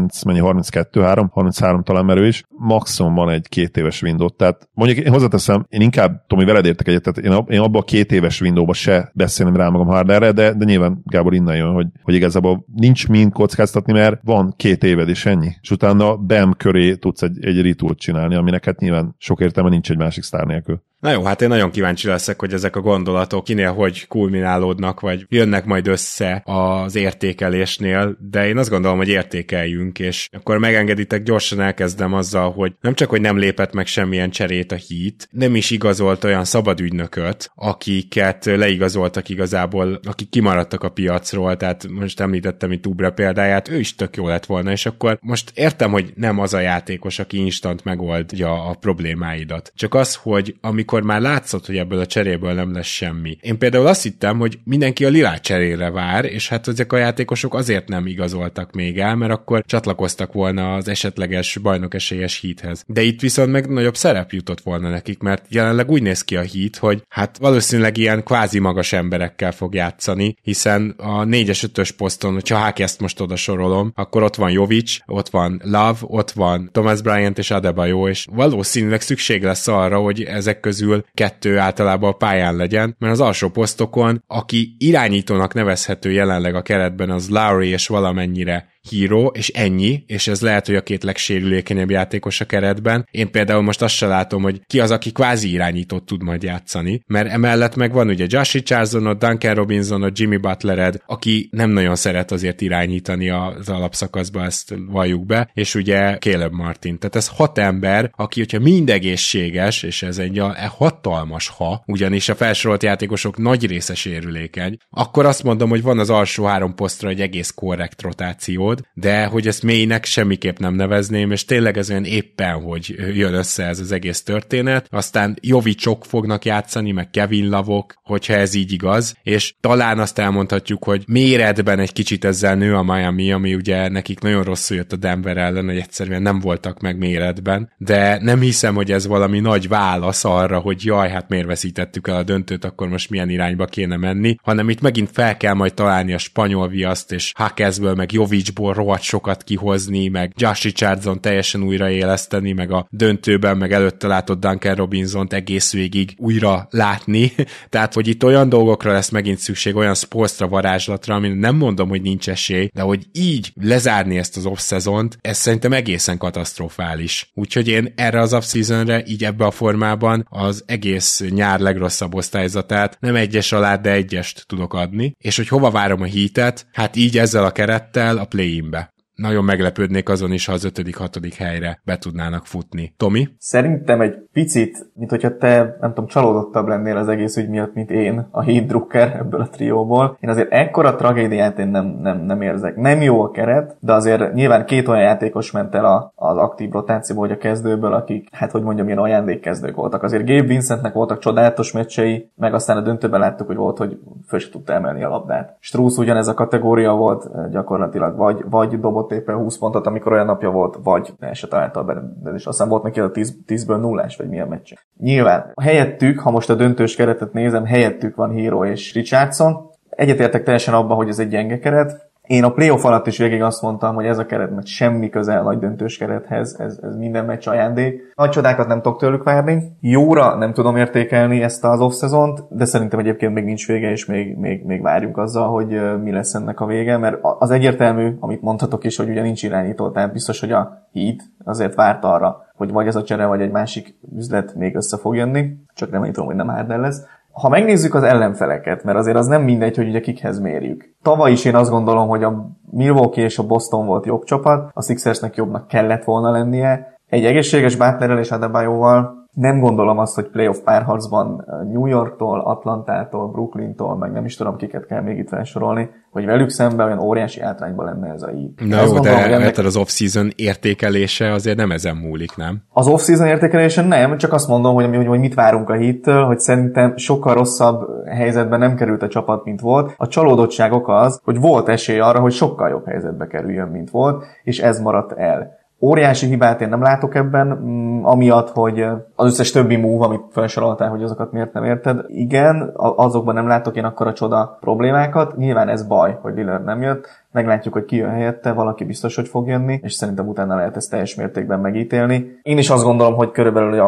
33 talán merő is, maximum van egy 2 éves window. Tehát mondjuk én hozzáteszem, én inkább, Tomi, veled értek egyet, tehát én abban a 2 éves windowba se beszélném rá magam Hardenre, de nyilván Gábor innen jön, hogy igazából nincs mind kockáztatni, mert van 2 éved és ennyi. És utána Bam köré tudsz egy ritult csinálni, aminek hát nyilván sok értelme nincs egy másik sztár nélkül. Na jó, hát én nagyon kíváncsi leszek, hogy ezek a gondolatok kinél hogy kulminálódnak, vagy jönnek majd össze az értékelésnél, de én azt gondolom, hogy értékeljünk, és akkor megengeditek, gyorsan elkezdem azzal, hogy nem csak, hogy nem lépett meg semmilyen cserét a Heat, nem is igazolt olyan szabad ügynököt, akiket leigazoltak igazából, akik kimaradtak a piacról, tehát most említettem itt Oubre példáját, ő is tök jó lett volna, és akkor most értem, hogy nem az a játékos, aki instant megoldja a problémáidat. Csak az, hogy amikor már látszott, hogy ebből a cseréből nem lesz semmi. Én például azt hittem, hogy mindenki a Lillard cserére vár, és hát ezek a játékosok azért nem igazoltak még el, mert akkor csatlakoztak volna az esetleges bajnokesélyes Heathez. De itt viszont meg nagyobb szerep jutott volna nekik, mert jelenleg úgy néz ki a Heat, hogy hát valószínűleg ilyen kvázi magas emberekkel fog játszani, hiszen a 4-es 5-ös poszton, hogyha Hákeszt most oda sorolom, akkor ott van Jovic, ott van Love, ott van Thomas Bryant és Adebayo, és valószínűleg szükség lesz arra, hogy ezek közül 2 általában a pályán legyen, mert az alsó posztokon, aki irányítónak nevezhető jelenleg a keretben, az Lowry és valamennyire Hero, és ennyi, és ez lehet, hogy a két legsérülékenyebb játékos a keretben. Én például most azt se látom, hogy ki az, aki kvázi irányítót tud majd játszani, mert emellett meg van ugye Josh Richardsonod, Duncan Robinsonod, Jimmy Butlered, aki nem nagyon szeret azért irányítani az alapszakaszba, ezt valljuk be, és ugye Caleb Martin. Tehát ez 6 ember, aki, hogyha mind egészséges, és ez egy hatalmas ugyanis a felsorolt játékosok nagy része sérülékeny, akkor azt mondom, hogy van az alsó 3 posztra egy egész korrekt rotációd, de hogy ezt mélynek semmiképp nem nevezném, és tényleg ez olyan éppen, hogy jön össze ez az egész történet. Aztán Jovicsok fognak játszani, meg Kevin Love-ok, hogyha ez így igaz, és talán azt elmondhatjuk, hogy méretben egy kicsit ezzel nő a Miami, ami ugye nekik nagyon rosszul jött a Denver ellen, hogy egyszerűen nem voltak meg méretben, de nem hiszem, hogy ez valami nagy válasz arra, hogy jaj, hát miért veszítettük el a döntőt, akkor most milyen irányba kéne menni, hanem itt megint fel kell majd találni a spanyol viaszt, és Hakesből, meg Jovicsból rohadt sokat kihozni, meg Josh Richardson teljesen újraéleszteni, meg a döntőben, meg előtte látott Duncan Robinsont egész végig újra látni. Tehát, hogy itt olyan dolgokra lesz megint szükség, olyan Spoelstra varázslatra, amin nem mondom, hogy nincs esély, de hogy így lezárni ezt az off-szezont, ez szerintem egészen katasztrofális. Úgyhogy én erre az off-seasonre, így ebbe a formában az egész nyár legrosszabb osztályzatát nem 1-es alá, de 1-est tudok adni. És hogy hova várom a Heatet? Hát így ezzel a kerettel a play-inbe. Nagyon meglepődnék azon is, ha az 5.-6. helyre be tudnának futni. Tomi? Szerintem egy picit, mint hogyha te, nem tudom, csalódottabb lennél az egész ügy miatt, mint én, a Heat Drucker ebből a trióból. Én azért ekkora tragédiát én nem érzek. Nem jó a keret, de azért nyilván 2 olyan játékos ment el az aktív rotációból, hogy a kezdőből, akik, hát hogy mondjam, ilyen ajándékkezdők voltak. Azért Gabe Vincentnek voltak csodálatos meccsei, meg aztán a döntőben láttuk, hogy volt, hogy föl se tudta emelni a labdát. Strus ugyanez a kategória volt, gyakorlatilag vagy dobott éppen 20 pontot, amikor olyan napja volt, vagy el se találta be, de is aztán volt neki a 10-ből 0-ás, vagy milyen meccs. Nyilván, helyettük, ha most a döntős keretet nézem, helyettük van Hero és Richardson. Egyetértek teljesen abban, hogy ez egy gyenge keret. Én a playoff alatt is végig azt mondtam, hogy ez a keret mert semmi közel nagy döntős kerethez, ez minden meccs ajándék. Nagy csodákat nem tudok tőlük várni. Jóra nem tudom értékelni ezt az off-szezont, de szerintem egyébként még nincs vége, és még várjunk azzal, hogy mi lesz ennek a vége, mert az egyértelmű, amit mondhatok is, hogy ugye nincs irányító, tehát biztos, hogy a Heat azért várt arra, hogy vagy ez a csere, vagy egy másik üzlet még össze fog jönni, csak nem tudom, hogy nem Harden lesz. Ha megnézzük az ellenfeleket, mert azért az nem mindegy, hogy ugye kikhez mérjük. Tavaly is én azt gondolom, hogy a Milwaukee és a Boston volt jobb csapat, a Sixersnek jobbnak kellett volna lennie. Egy egészséges Butlerrel és Adebayoval nem gondolom azt, hogy playoff párharcban New Yorktól, Atlantától, Brooklyntól, meg nem is tudom, kiket kell még itt felsorolni, hogy velük szemben olyan óriási hátrányban lenne ez a Heat. Na jó, de ennek... az off-season értékelése azért nem ezen múlik, nem? Az off-season értékelése nem, csak azt mondom, hogy mit várunk a Heattől, hogy szerintem sokkal rosszabb helyzetben nem került a csapat, mint volt. A csalódottság oka az, hogy volt esély arra, hogy sokkal jobb helyzetbe kerüljön, mint volt, és ez maradt el. Óriási hibát én nem látok ebben, amiatt, hogy az összes többi move, amit felsoroltál, hogy azokat miért nem érted. Igen, azokban nem látok én akkora csoda problémákat. Nyilván ez baj, hogy Lillard nem jött. Meglátjuk, hogy ki jön helyette, valaki biztos, hogy fog jönni, és szerintem utána lehet ezt teljes mértékben megítélni. Én is azt gondolom, hogy körülbelül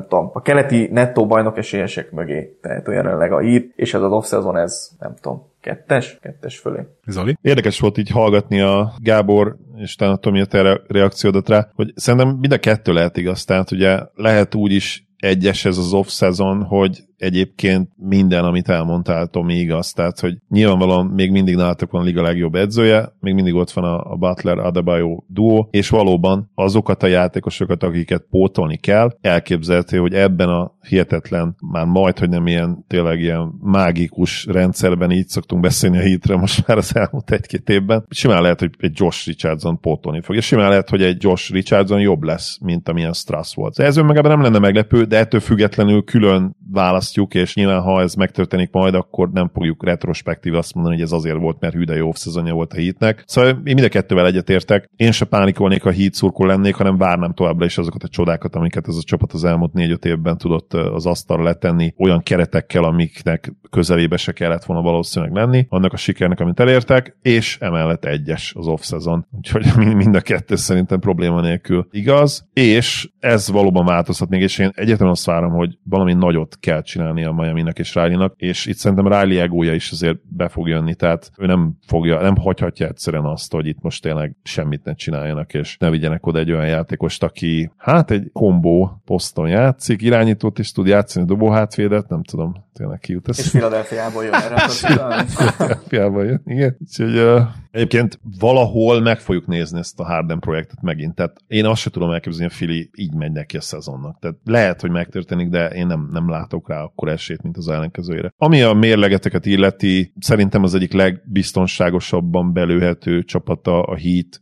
a keleti nettó bajnok esélyesek mögé, tehát jelenleg a Heat, és ez az off-szezon, ez nem tudom, kettes fölé. Zoli? Érdekes volt így hallgatni a Gábor és talán a Tomi a te reakciódat rá, hogy szerintem mind a kettő lehet igaz, tehát ugye lehet úgy is egyes ez az off-szezon, hogy egyébként minden, amit elmondtál, Tomi, igaz. Tehát, hogy nyilvánvalóan még mindig nálatok van a liga legjobb edzője, még mindig ott van a Butler-Adebayo duó, és valóban azokat a játékosokat, akiket pótolni kell, elképzelhető, hogy ebben a hihetetlen, már majd, hogy nem ilyen, tényleg ilyen mágikus rendszerben így szoktunk beszélni a Heatre most már az elmúlt 1-2 évben. Simán lehet, hogy egy Josh Richardson pótolni fog, és simán lehet, hogy egy Josh Richardson jobb lesz, mint amilyen Strass volt. Ez önmagában nem lenne meglepő, de ettől függetlenül külön választjuk, és nyilván ha ez megtörténik majd, akkor nem fogjuk retrospektív azt mondani, hogy ez azért volt, mert hűde jó off-szezonja volt a Heatnek. Szóval én mind a kettővel egyetértek. Én se pánikolnék, ha Heat szurkol lennék, hanem várnám továbbra is azokat a csodákat, amiket ez a csapat az elmúlt 4-5 évben tudott az asztalra letenni, olyan keretekkel, amiknek közelébe se kellett volna valószínűleg lenni, annak a sikernek, amit elértek, és emellett egyes az off-szezon. Úgyhogy mind a kettő szerintem probléma nélkül igaz, és ez valóban változhat még, és én egyetlen azt várom, hogy valami nagyot amit kell csinálni a Miaminek és Riley-nak, és itt szerintem Riley egója is azért be fog jönni, tehát ő nem hagyhatja egyszerűen azt, hogy itt most tényleg semmit ne csináljanak, és ne vigyenek oda egy olyan játékost, aki hát egy kombó poszton játszik, irányítót is tud játszani, dobóhátvédet, nem tudom, tényleg ki jut. És Philadelphiából jön erre. Philadelphiából jön, igen. Úgyhogy egyébként valahol meg fogjuk nézni ezt a Harden projektet megint, tehát én azt sem tudom elképzelni, hogy a Philly így megy neki a szezonnak. Tehát lehet, hogy megtörténik, de én nem látok rá akkor esélyt, mint az ellenkezőjére. Ami a mérlegeteket illeti, szerintem az egyik legbiztonságosabban belőhető csapata a Heat.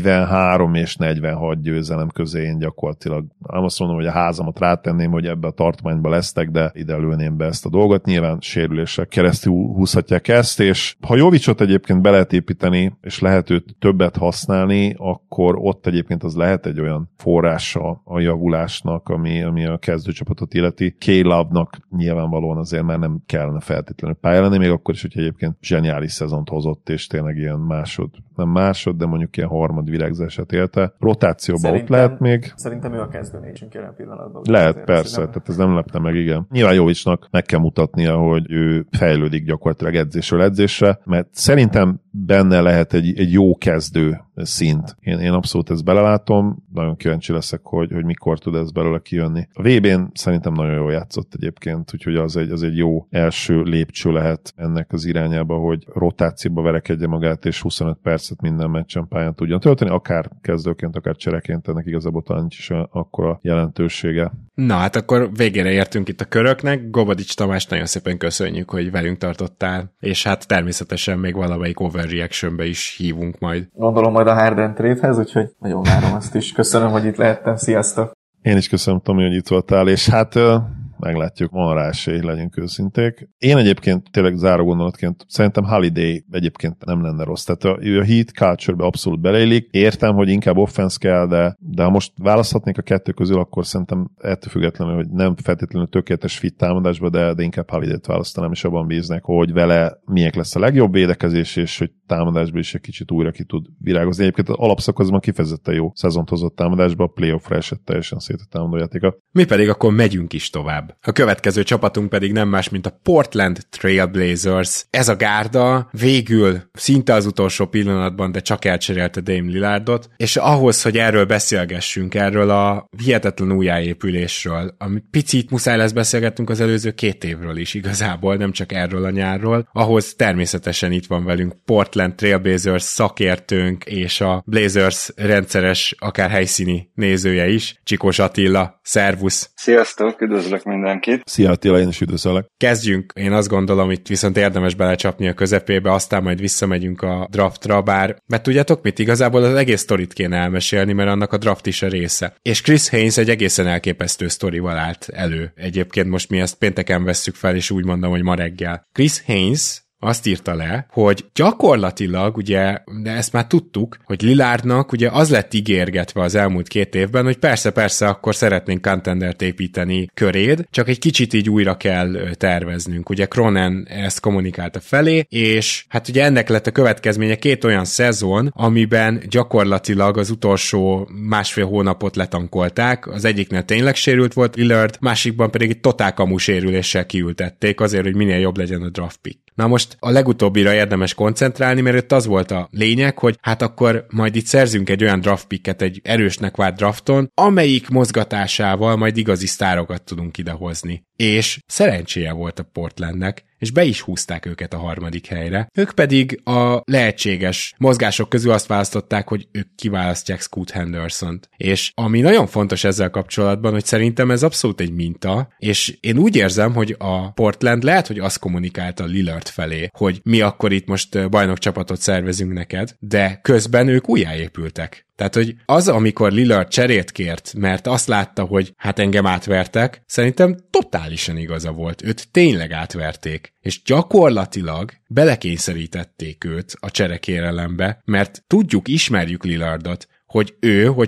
43 és 46 győzelem közé én gyakorlatilag nem azt mondom, hogy a házamat rátenném, hogy ebbe a tartományba lesztek, de ide lőném be ezt a dolgot. Nyilván sérülések keresztül húzhatják ezt, és ha Jovicsot egyébként be lehet építeni, és lehet őt többet használni, akkor ott egyébként az lehet egy olyan forrása a javulásnak, ami a kezdőcsapatot illeti. K-Love-nak nyilvánvalóan azért már nem kellene feltétlenül pálya lenni, még akkor is, hogy egyébként zseniális szezont hozott, és tényleg ilyen nem másod, de mondjuk ilyen harmad virágzását élte. Rotációban ott lehet még. Szerintem ő a kezdőnésünk jelen pillanatban. Lehet, persze, tehát ez nem lepne meg, igen. Nyilván Jovicsnak meg kell mutatnia, hogy ő fejlődik gyakorlatilag edzésről edzésre, mert szerintem benne lehet egy jó kezdő szint. Én abszolút ezt belelátom, nagyon kíváncsi leszek, hogy mikor tud ez belőle kijönni. A VB-n szerintem nagyon jól játszott egyébként, úgyhogy az egy jó első lépcső lehet ennek az irányába, hogy rotációba verekedje magát, és 25 percet minden meccsen pályán tudjon tölteni, akár kezdőként, akár csereként, ennek igazából talán nincs is akkora jelentősége. Na hát akkor végére értünk itt a köröknek. Gobadics Tamás, nagyon szépen köszönjük, hogy velünk tartottál, és hát természetesen még valamelyik overreactionbe is hívunk majd. Gondolom majd a Harden trade-hez, úgyhogy nagyon várom azt is. Köszönöm, hogy itt lehettem. Sziasztok! Én is köszönöm, Tomi, hogy itt voltál, és hát meglátjuk, van rá esély, legyünk őszinték. Én egyébként tényleg záró gondolatként szerintem Holiday egyébként nem lenne rossz. Tehát ő a Heat culture-be abszolút beleillik. Értem, hogy inkább offense kell, de ha most választhatnék a kettő közül, akkor szerintem ettől függetlenül, hogy nem feltétlenül tökéletes fit támadásba, de inkább Holiday-t választanám, és abban bíznek, hogy vele milyen lesz a legjobb védekezés, és hogy támadásban is egy kicsit újra ki tud virágozni. Egyébként az alapszakaszban kifejezetten jó szezont hozott támadásba, a playoffra esett teljesen szét a támadójátéka. Mi pedig akkor megyünk is tovább. A következő csapatunk pedig nem más, mint a Portland Trail Blazers. Ez a gárda végül szinte az utolsó pillanatban, de csak elcserélte Dame Lillardot, és ahhoz, hogy erről beszélgessünk, erről a hihetetlen újjáépülésről, amit picit muszáj lesz beszélgetnünk az előző 2 évről is igazából, nem csak erről a nyárról, ahhoz természetesen itt van velünk Portland Trail Blazers szakértőnk, és a Blazers rendszeres, akár helyszíni nézője is, Csikós Attila. Szervusz! Sziasztok, üdvözlök mindenkit! Szia Attila, én is üdvözöllek! Kezdjünk, én azt gondolom, itt viszont érdemes belecsapni a közepébe, aztán majd visszamegyünk a draftra, mert tudjátok mit, igazából az egész sztorit kéne elmesélni, mert annak a draft is a része. És Chris Haynes egy egészen elképesztő sztorival állt elő. Egyébként most mi ezt pénteken vesszük fel, és úgy mondom, hogy ma reggel. Chris Haynes azt írta le, hogy gyakorlatilag, ugye, de ezt már tudtuk, hogy Lillardnak ugye az lett ígérgetve az elmúlt 2 évben, hogy persze, akkor szeretnénk contendert építeni köréd, csak egy kicsit így újra kell terveznünk. Ugye Cronin ezt kommunikálta felé, és hát ugye ennek lett a következménye 2 olyan szezon, amiben gyakorlatilag az utolsó 1,5 hónapot letankolták, az egyiknél tényleg sérült volt Lillard, másikban pedig egy totál kamu sérüléssel kiültették azért, hogy minél jobb legyen a draft pick. Na most a legutóbbira érdemes koncentrálni, mert ott az volt a lényeg, hogy hát akkor majd itt szerzünk egy olyan draft picket egy erősnek várt drafton, amelyik mozgatásával majd igazi sztárokat tudunk idehozni. És szerencséje volt a Portlandnek, és be is húzták őket a 3. helyre. Ők pedig a lehetséges mozgások közül azt választották, hogy ők kiválasztják Scoot Hendersont. És ami nagyon fontos ezzel kapcsolatban, hogy szerintem ez abszolút egy minta, és én úgy érzem, hogy a Portland lehet, hogy azt kommunikálta Lillard felé, hogy mi akkor itt most bajnokcsapatot szervezünk neked, de közben ők újjáépültek. Tehát, hogy az, amikor Lillard cserét kért, mert azt látta, hogy hát engem átvertek, szerintem totálisan igaza volt. Őt tényleg átverték. És gyakorlatilag belekényszerítették őt a cserekérelembe, mert tudjuk, ismerjük Lillardot, hogy ő, hogyha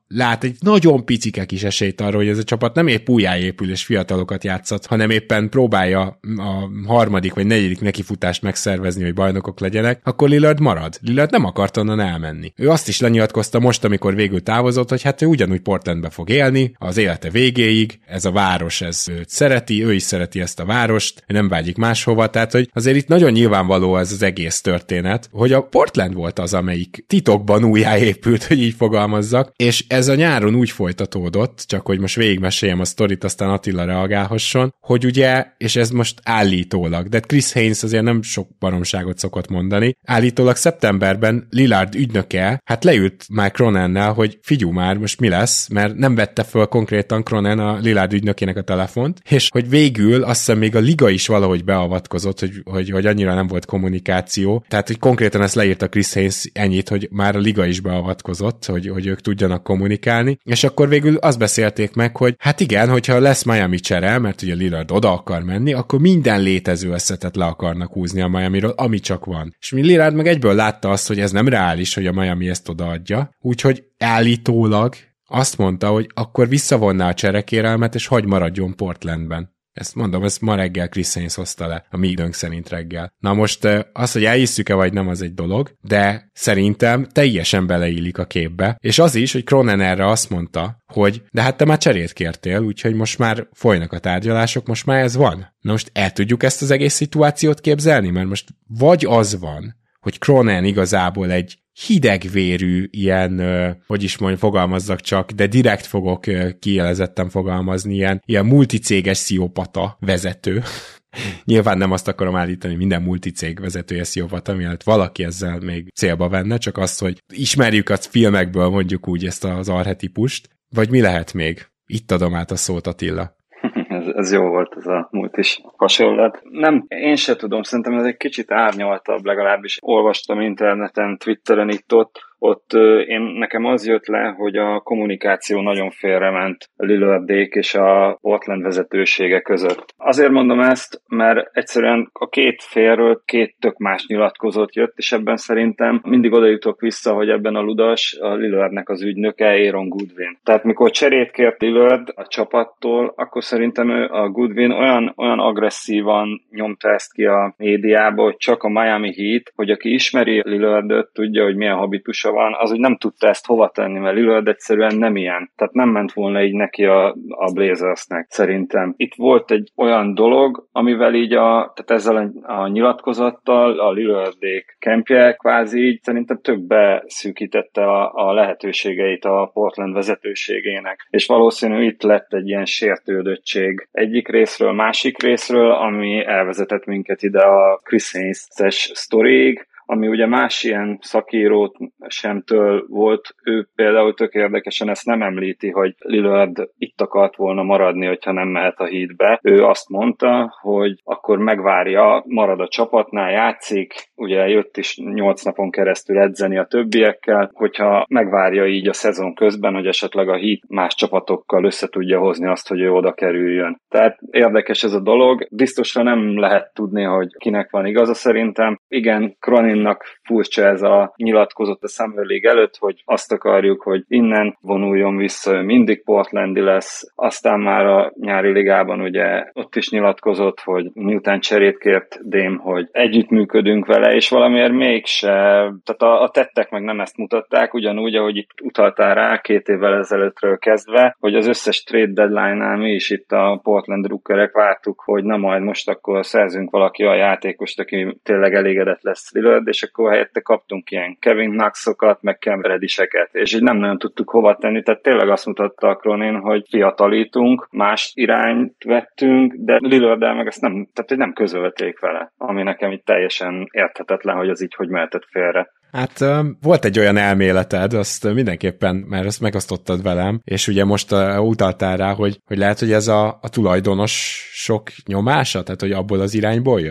lát egy nagyon picike kis esélyt arra, hogy ez a csapat nem épp újjáépül és fiatalokat játszat, hanem éppen próbálja a harmadik vagy negyedik nekifutást megszervezni, hogy bajnokok legyenek, akkor Lillard marad. Lillard nem akart onnan elmenni. Ő azt is lenyilatkozta most, amikor végül távozott, hogy hát ő ugyanúgy Portlandbe fog élni, az élete végéig, ez a város, ez őt szereti, ő is szereti ezt a várost, nem vágyik máshova, tehát hogy azért itt nagyon nyilvánvaló ez az egész történet, hogy a Portland volt az, amelyik titokban újjáépült, hogy így fogalmazzak, és ez a nyáron úgy folytatódott, csak hogy most végigmeséljem a sztorit, aztán Attila reagálhasson, hogy ugye, és ez most állítólag, de Chris Haynes azért nem sok baromságot szokott mondani, állítólag szeptemberben Lillard ügynöke, hát leült már Cronennel, hogy figyelj már, most mi lesz, mert nem vette föl konkrétan Cronen a Lillard ügynökének a telefont, és hogy végül azt hiszem még a liga is valahogy beavatkozott, hogy annyira nem volt kommunikáció, tehát hogy konkrétan ezt leírta Chris Haynes ennyit, hogy már a liga is beavatkozott, hogy ők tudjanak kommunikálni, és akkor végül azt beszélték meg, hogy hát igen, hogyha lesz Miami csere, mert ugye Lillard oda akar menni, akkor minden létező összetet le akarnak húzni a Miamiról, ami csak van. És Lillard meg egyből látta azt, hogy ez nem reális, hogy a Miami ezt odaadja, úgyhogy állítólag azt mondta, hogy akkor visszavonná a cserekérelmet, és hagy maradjon Portlandben. Ezt mondom, ezt ma reggel Chris Haynes hozta le, a mi időnk szerint reggel. Na most az, hogy elhisszük-e vagy nem, az egy dolog, de szerintem teljesen beleillik a képbe, és az is, hogy Cronin erre azt mondta, hogy de hát te már cserét kértél, úgyhogy most már folynak a tárgyalások, most már ez van. Na most el tudjuk ezt az egész szituációt képzelni, mert most vagy az van, hogy Cronin igazából egy hidegvérű ilyen, hogy is mondjam, fogalmazzak csak, de direkt fogok kielezetten fogalmazni, ilyen multicéges sziopata vezető. Nyilván nem azt akarom állítani, minden multicég vezetője sziopata, mielőtt valaki ezzel még célba venne, csak azt, hogy ismerjük a filmekből mondjuk úgy ezt az arhetipust, vagy mi lehet még? Itt adom át a szót, Attila. Ez jó volt, ez a múlt is hasonlat. Nem, én se tudom, szerintem ez egy kicsit árnyaltabb, legalábbis olvastam interneten, Twitteren ott nekem az jött le, hogy a kommunikáció nagyon félrement a Lillardék és a Portland vezetősége között. Azért mondom ezt, mert egyszerűen a két félről két tök más nyilatkozat jött, és ebben szerintem mindig oda jutok vissza, hogy ebben a ludas a Lillardnek az ügynöke Aaron Goodwin. Tehát mikor cserét kért Lillard a csapattól, akkor szerintem a Goodwin olyan agresszívan nyomta ezt ki a médiába, hogy csak a Miami Heat, hogy aki ismeri Lillardot, tudja, hogy milyen habitusa van, az, hogy nem tudta ezt hova tenni, mert Lillard egyszerűen nem ilyen. Tehát nem ment volna így neki a Blazersnek, szerintem. Itt volt egy olyan dolog, amivel így tehát ezzel a nyilatkozattal a Lillardék kempje kvázi így szerintem többbe szűkítette a lehetőségeit a Portland vezetőségének. És valószínű itt lett egy ilyen sértődöttség egyik részről, másik részről, ami elvezetett minket ide a Chris Haynes-es sztoriig, ami ugye más ilyen szakírót semtől volt, ő például tök érdekesen ezt nem említi, hogy Lillard itt akart volna maradni, hogyha nem mehet a Heatbe. Ő azt mondta, hogy akkor megvárja, marad a csapatnál, játszik, ugye jött is 8 napon keresztül edzeni a többiekkel, hogyha megvárja így a szezon közben, hogy esetleg a Heat más csapatokkal össze tudja hozni azt, hogy ő oda kerüljön. Tehát érdekes ez a dolog, biztosra nem lehet tudni, hogy kinek van igaza szerintem. Igen, Croninnak furcsa ez a nyilatkozott a Summer League előtt, hogy azt akarjuk, hogy innen vonuljon vissza, ő mindig portlandi lesz. Aztán már a nyári ligában ugye ott is nyilatkozott, hogy miután cserét kért Dame, hogy együttműködünk vele, és valamiért mégse, tehát a tettek meg nem ezt mutatták, ugyanúgy, ahogy itt utaltál rá 2 évvel ezelőttről kezdve, hogy az összes trade deadline-nál mi is itt a Portland drukkerek vártuk, hogy na majd most akkor szerzünk valaki a játékost, aki tényleg elégedett lesz Lillard, és akkor helyette kaptunk ilyen Kevin Knoxokat, meg Cam Reddisheket, és így nem nagyon tudtuk hova tenni, tehát tényleg azt mutatta a Cronin, hogy fiatalítunk, más irányt vettünk, de Lillard-el meg ezt nem közölték vele, ami nekem itt teljesen érthetetlen, hogy az így hogy mehetett félre. Hát volt egy olyan elméleted, azt mindenképpen, mert azt megosztottad velem, és ugye most utaltál rá, hogy lehet, hogy ez a tulajdonos sok nyomása, tehát hogy abból az irányból jött?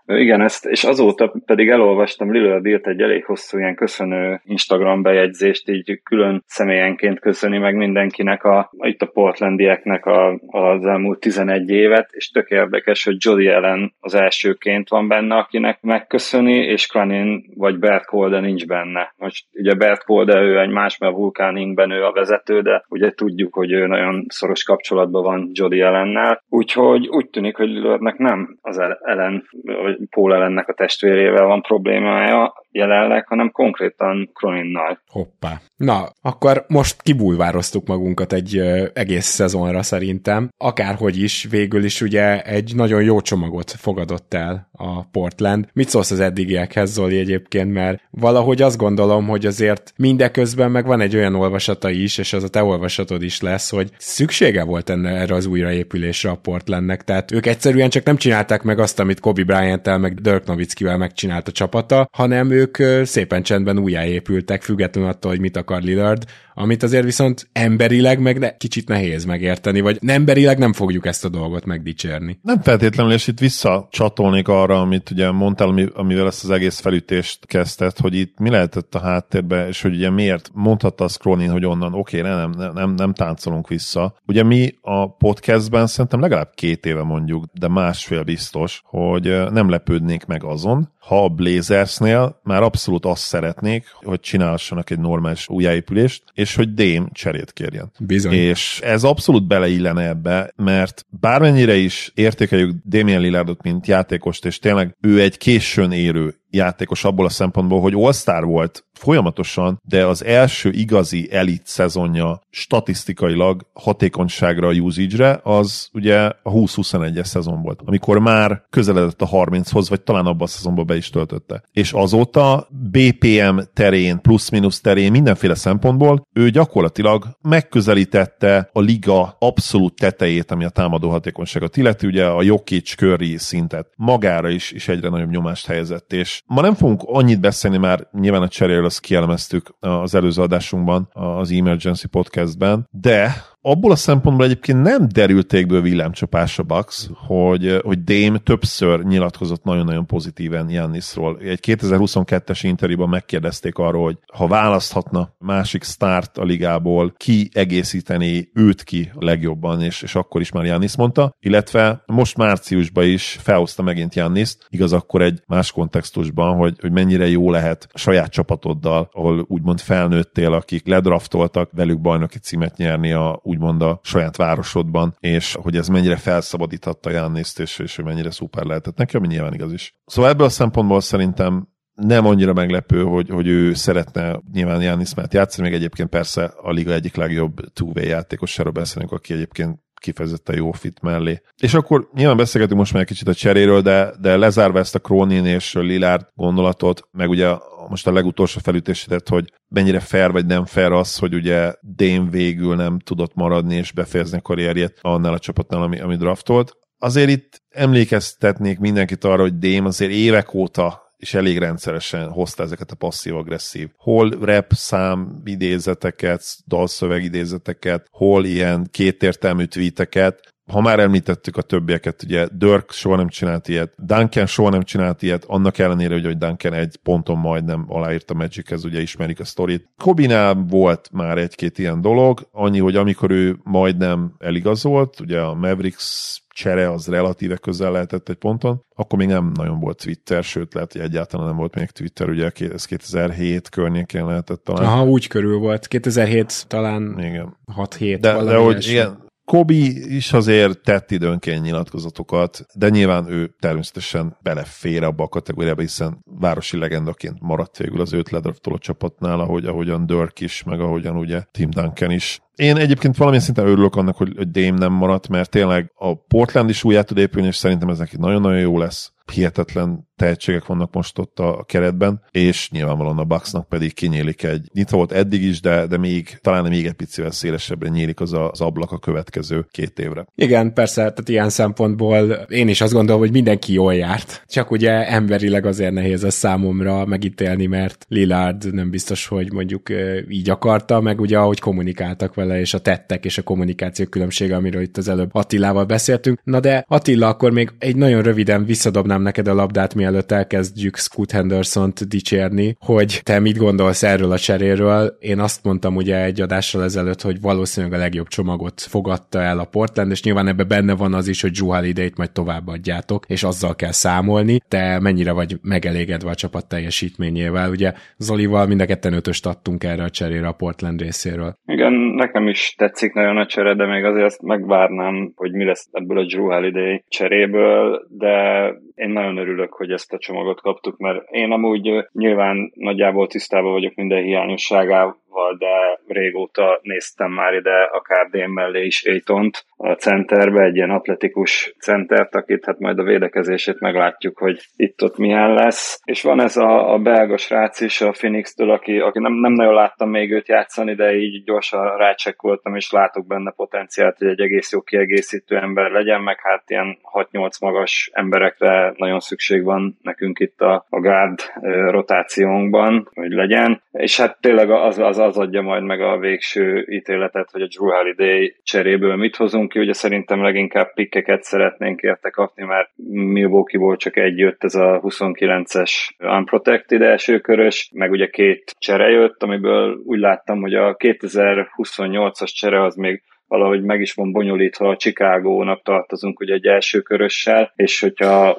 Igen, és azóta pedig elolvastam, Lillard írt egy elég hosszú ilyen köszönő Instagram bejegyzést, így külön személyenként köszöni meg mindenkinek, itt a portlandieknek az elmúlt 11 évet, és tök érdekes, hogy Jody Allen az elsőként van benne, akinek megköszöni, és Cronin vagy Bert Kolde nincs benne. Most ugye Bert Kolde, ő egy más, mert Vulcan Inc.-ben ő a vezető, de ugye tudjuk, hogy ő nagyon szoros kapcsolatban van Jody Allennel, úgyhogy úgy tűnik, hogy Lillardnek nem az Allen, vagy Paul Allennek a testvérével van problémája jelenleg, hanem konkrétan Croninnal. Hoppá. Na, akkor most kibulvároztuk magunkat egy egész szezonra szerintem. Akárhogy is, végül is ugye egy nagyon jó csomagot fogadott el a Portland. Mit szólsz az eddigiekhez, Zoli, egyébként, mert valahogy azt gondolom, hogy azért mindeközben meg van egy olyan olvasata is, és az a te olvasatod is lesz, hogy szüksége volt erre az újraépülésre a Portlandnek, tehát ők egyszerűen csak nem csinálták meg azt, amit Kobe Bryant-tel meg Dirk Nowitzkivel megcsinált a csapata, hanem ők szépen csendben újjáépültek, függetlenül attól, hogy mit akar Lillard, amit azért viszont emberileg meg kicsit nehéz megérteni, vagy emberileg nem fogjuk ezt a dolgot megdicsérni. Nem feltétlenül, és itt visszacsatolnék arra, amit ugye mondtál, amivel ezt az egész felütést kezdted, hogy itt mi lehetett a háttérben, és hogy ugye miért mondhatta a Cronin, hogy onnan oké, nem táncolunk vissza. Ugye mi a podcastben szerintem legalább 2 éve mondjuk, de másfél biztos, hogy nem lepődnék meg azon, ha a Blazersnél már abszolút azt szeretnék, hogy csinálhassanak egy normális újjáépülést, és hogy Dame cserét kérjen. Bizony. És ez abszolút beleillene ebbe, mert bármennyire is értékeljük Damian Lillardot, mint játékost, és tényleg ő egy későn érő játékos abból a szempontból, hogy All-Star volt folyamatosan, de az első igazi elit szezonja statisztikailag hatékonyságra, a usage-re, az ugye a 20-21-es szezon volt, amikor már közeledett a 30-hoz, vagy talán abban a szezonban be is töltötte. És azóta BPM terén, plusz-minusz terén, mindenféle szempontból ő gyakorlatilag megközelítette a liga abszolút tetejét, ami a támadó hatékonyságot illeti, ugye a Jokic-Curry szintet. Magára is egyre nagyobb nyomást helyezett, és ma nem fogunk annyit beszélni, már nyilván a cseréről azt kielemeztük az előző adásunkban, az Emergency Podcastben, de abból a szempontból egyébként nem derült égből villámcsapás a Bucks, hogy Dame többször nyilatkozott nagyon-nagyon pozitíven Giannisról. Egy 2022-es interjúban megkérdezték arról, hogy ha választhatna másik sztárt a ligából, ki egészíteni őt ki a legjobban, és akkor is már Giannis mondta, illetve most márciusban is felhozta megint Giannist, igaz akkor egy más kontextusban, hogy mennyire jó lehet a saját csapatoddal, ahol úgymond felnőttél, akik ledraftoltak, velük bajnoki címet nyerni úgymond a saját városodban, és hogy ez mennyire felszabadíthatta Giannist, és hogy mennyire szuper lehetett neki, ami nyilván igaz is. Szóval ebből a szempontból szerintem nem annyira meglepő, hogy ő szeretne nyilván Giannis mellett játszani, még egyébként persze a liga egyik legjobb two-way játékosáról beszélünk, aki egyébként kifejezetten jó fit mellé. És akkor nyilván beszélgetünk most már egy kicsit a cseréről, de lezárva ezt a Cronin és Lillard gondolatot, meg ugye most a legutolsó felütésedet, hogy mennyire fair vagy nem fair az, hogy ugye Dame végül nem tudott maradni és befejezni a karrierjét annál a csapatnál, ami draftolt. Azért itt emlékeztetnék mindenkit arra, hogy Dame azért évek óta és elég rendszeresen hozta ezeket a passzív-agresszív. Hol rap szám idézeteket, dalszöveg idézeteket, hol ilyen kétértelmű tweeteket. Ha már említettük a többieket, ugye Dirk soha nem csinált ilyet, Duncan soha nem csinált ilyet, annak ellenére, hogy Duncan egy ponton majdnem aláírt a Magichez, ugye ismerik a sztorit. Kobe-nál volt már egy-két ilyen dolog, annyi, hogy amikor ő majdnem eligazolt, ugye a Mavericks csere az relatíve közel lehetett egy ponton, akkor még nem nagyon volt Twitter, sőt lehet, hogy egyáltalán nem volt még Twitter, ugye ez 2007 környékén lehetett talán. Aha, úgy körül volt. 2007 talán igen. 6-7 de hogy igen, Kobe is azért tett időnként nyilatkozatokat, de nyilván ő természetesen belefér abba a kategóriába, hiszen városi legendaként maradt végül az őt ledraftoló csapatnál, ahogyan Dirk is, meg ahogyan ugye Tim Duncan is. Én egyébként valamilyen szinten örülök annak, hogy Dame nem maradt, mert tényleg a Portland is újjá tud épülni, és szerintem ez neki nagyon-nagyon jó lesz. Hihetetlen tehetségek vannak most ott a keretben, és nyilvánvalóan a Bucksnak pedig kinyílik nyitva volt eddig is, de talán még egy picivel szélesebbre nyílik az ablak a következő 2 évre. Igen, persze, tehát ilyen szempontból én is azt gondolom, hogy mindenki jól járt. Csak ugye emberileg azért nehéz ez számomra megítélni, mert Lillard nem biztos, hogy mondjuk így akarta, meg ugye ahogy kommunikáltak vele, és a tettek és a kommunikáció különbsége, amiről itt az előbb Attilával beszéltünk. Na de Attila, akkor még egy nagyon röviden visszadobnám neked a labdát, mielőtt elkezdjük Scoot Hendersont dicsérni, hogy te mit gondolsz erről a cseréről. Én azt mondtam ugye egy adással ezelőtt, hogy valószínűleg a legjobb csomagot fogadta el a Portland, és nyilván ebben benne van az is, hogy Jrue Holiday-t majd továbbadjátok, és azzal kell számolni. Te mennyire vagy megelégedve a csapat teljesítményével? Ugye Zolival mind a ketten 5-öst adtunk erre a cserére a Portland részéről. Igen, nekem is tetszik nagyon a csere, de még azért ezt megvárnám, hogy mi lesz ebből a Jrue Holiday cseréből, de én nagyon örülök, hogy ezt a csomagot kaptuk, mert én amúgy nyilván nagyjából tisztában vagyok minden hiányosságával, de régóta néztem már ide akár Dame mellé is Aytont a centerbe, egy ilyen atletikus centert, akit hát majd a védekezését meglátjuk, hogy itt-ott milyen lesz. És van ez a belga srác is a Phoenix-től, aki nem nagyon láttam még őt játszani, de így gyorsan rácsekkoltam, és látok benne potenciált, hogy egy egész jó kiegészítő ember legyen, meg hát ilyen 6-8 magas emberekre nagyon szükség van nekünk itt a guard rotációnkban, hogy legyen. És hát tényleg az adja majd meg a végső ítéletet, hogy a Jrue Holiday cseréből mit hozunk ki. Ugye szerintem leginkább pikkeket szeretnénk érte kapni, mert Milwaukee-ból csak egy jött, ez a 29-es unprotected elsőkörös, meg ugye 2 csere jött, amiből úgy láttam, hogy a 2028-as csere az még valahogy meg is van bonyolítva, a Chicagónak tartozunk ugye egy elsőkörössel, és hogyha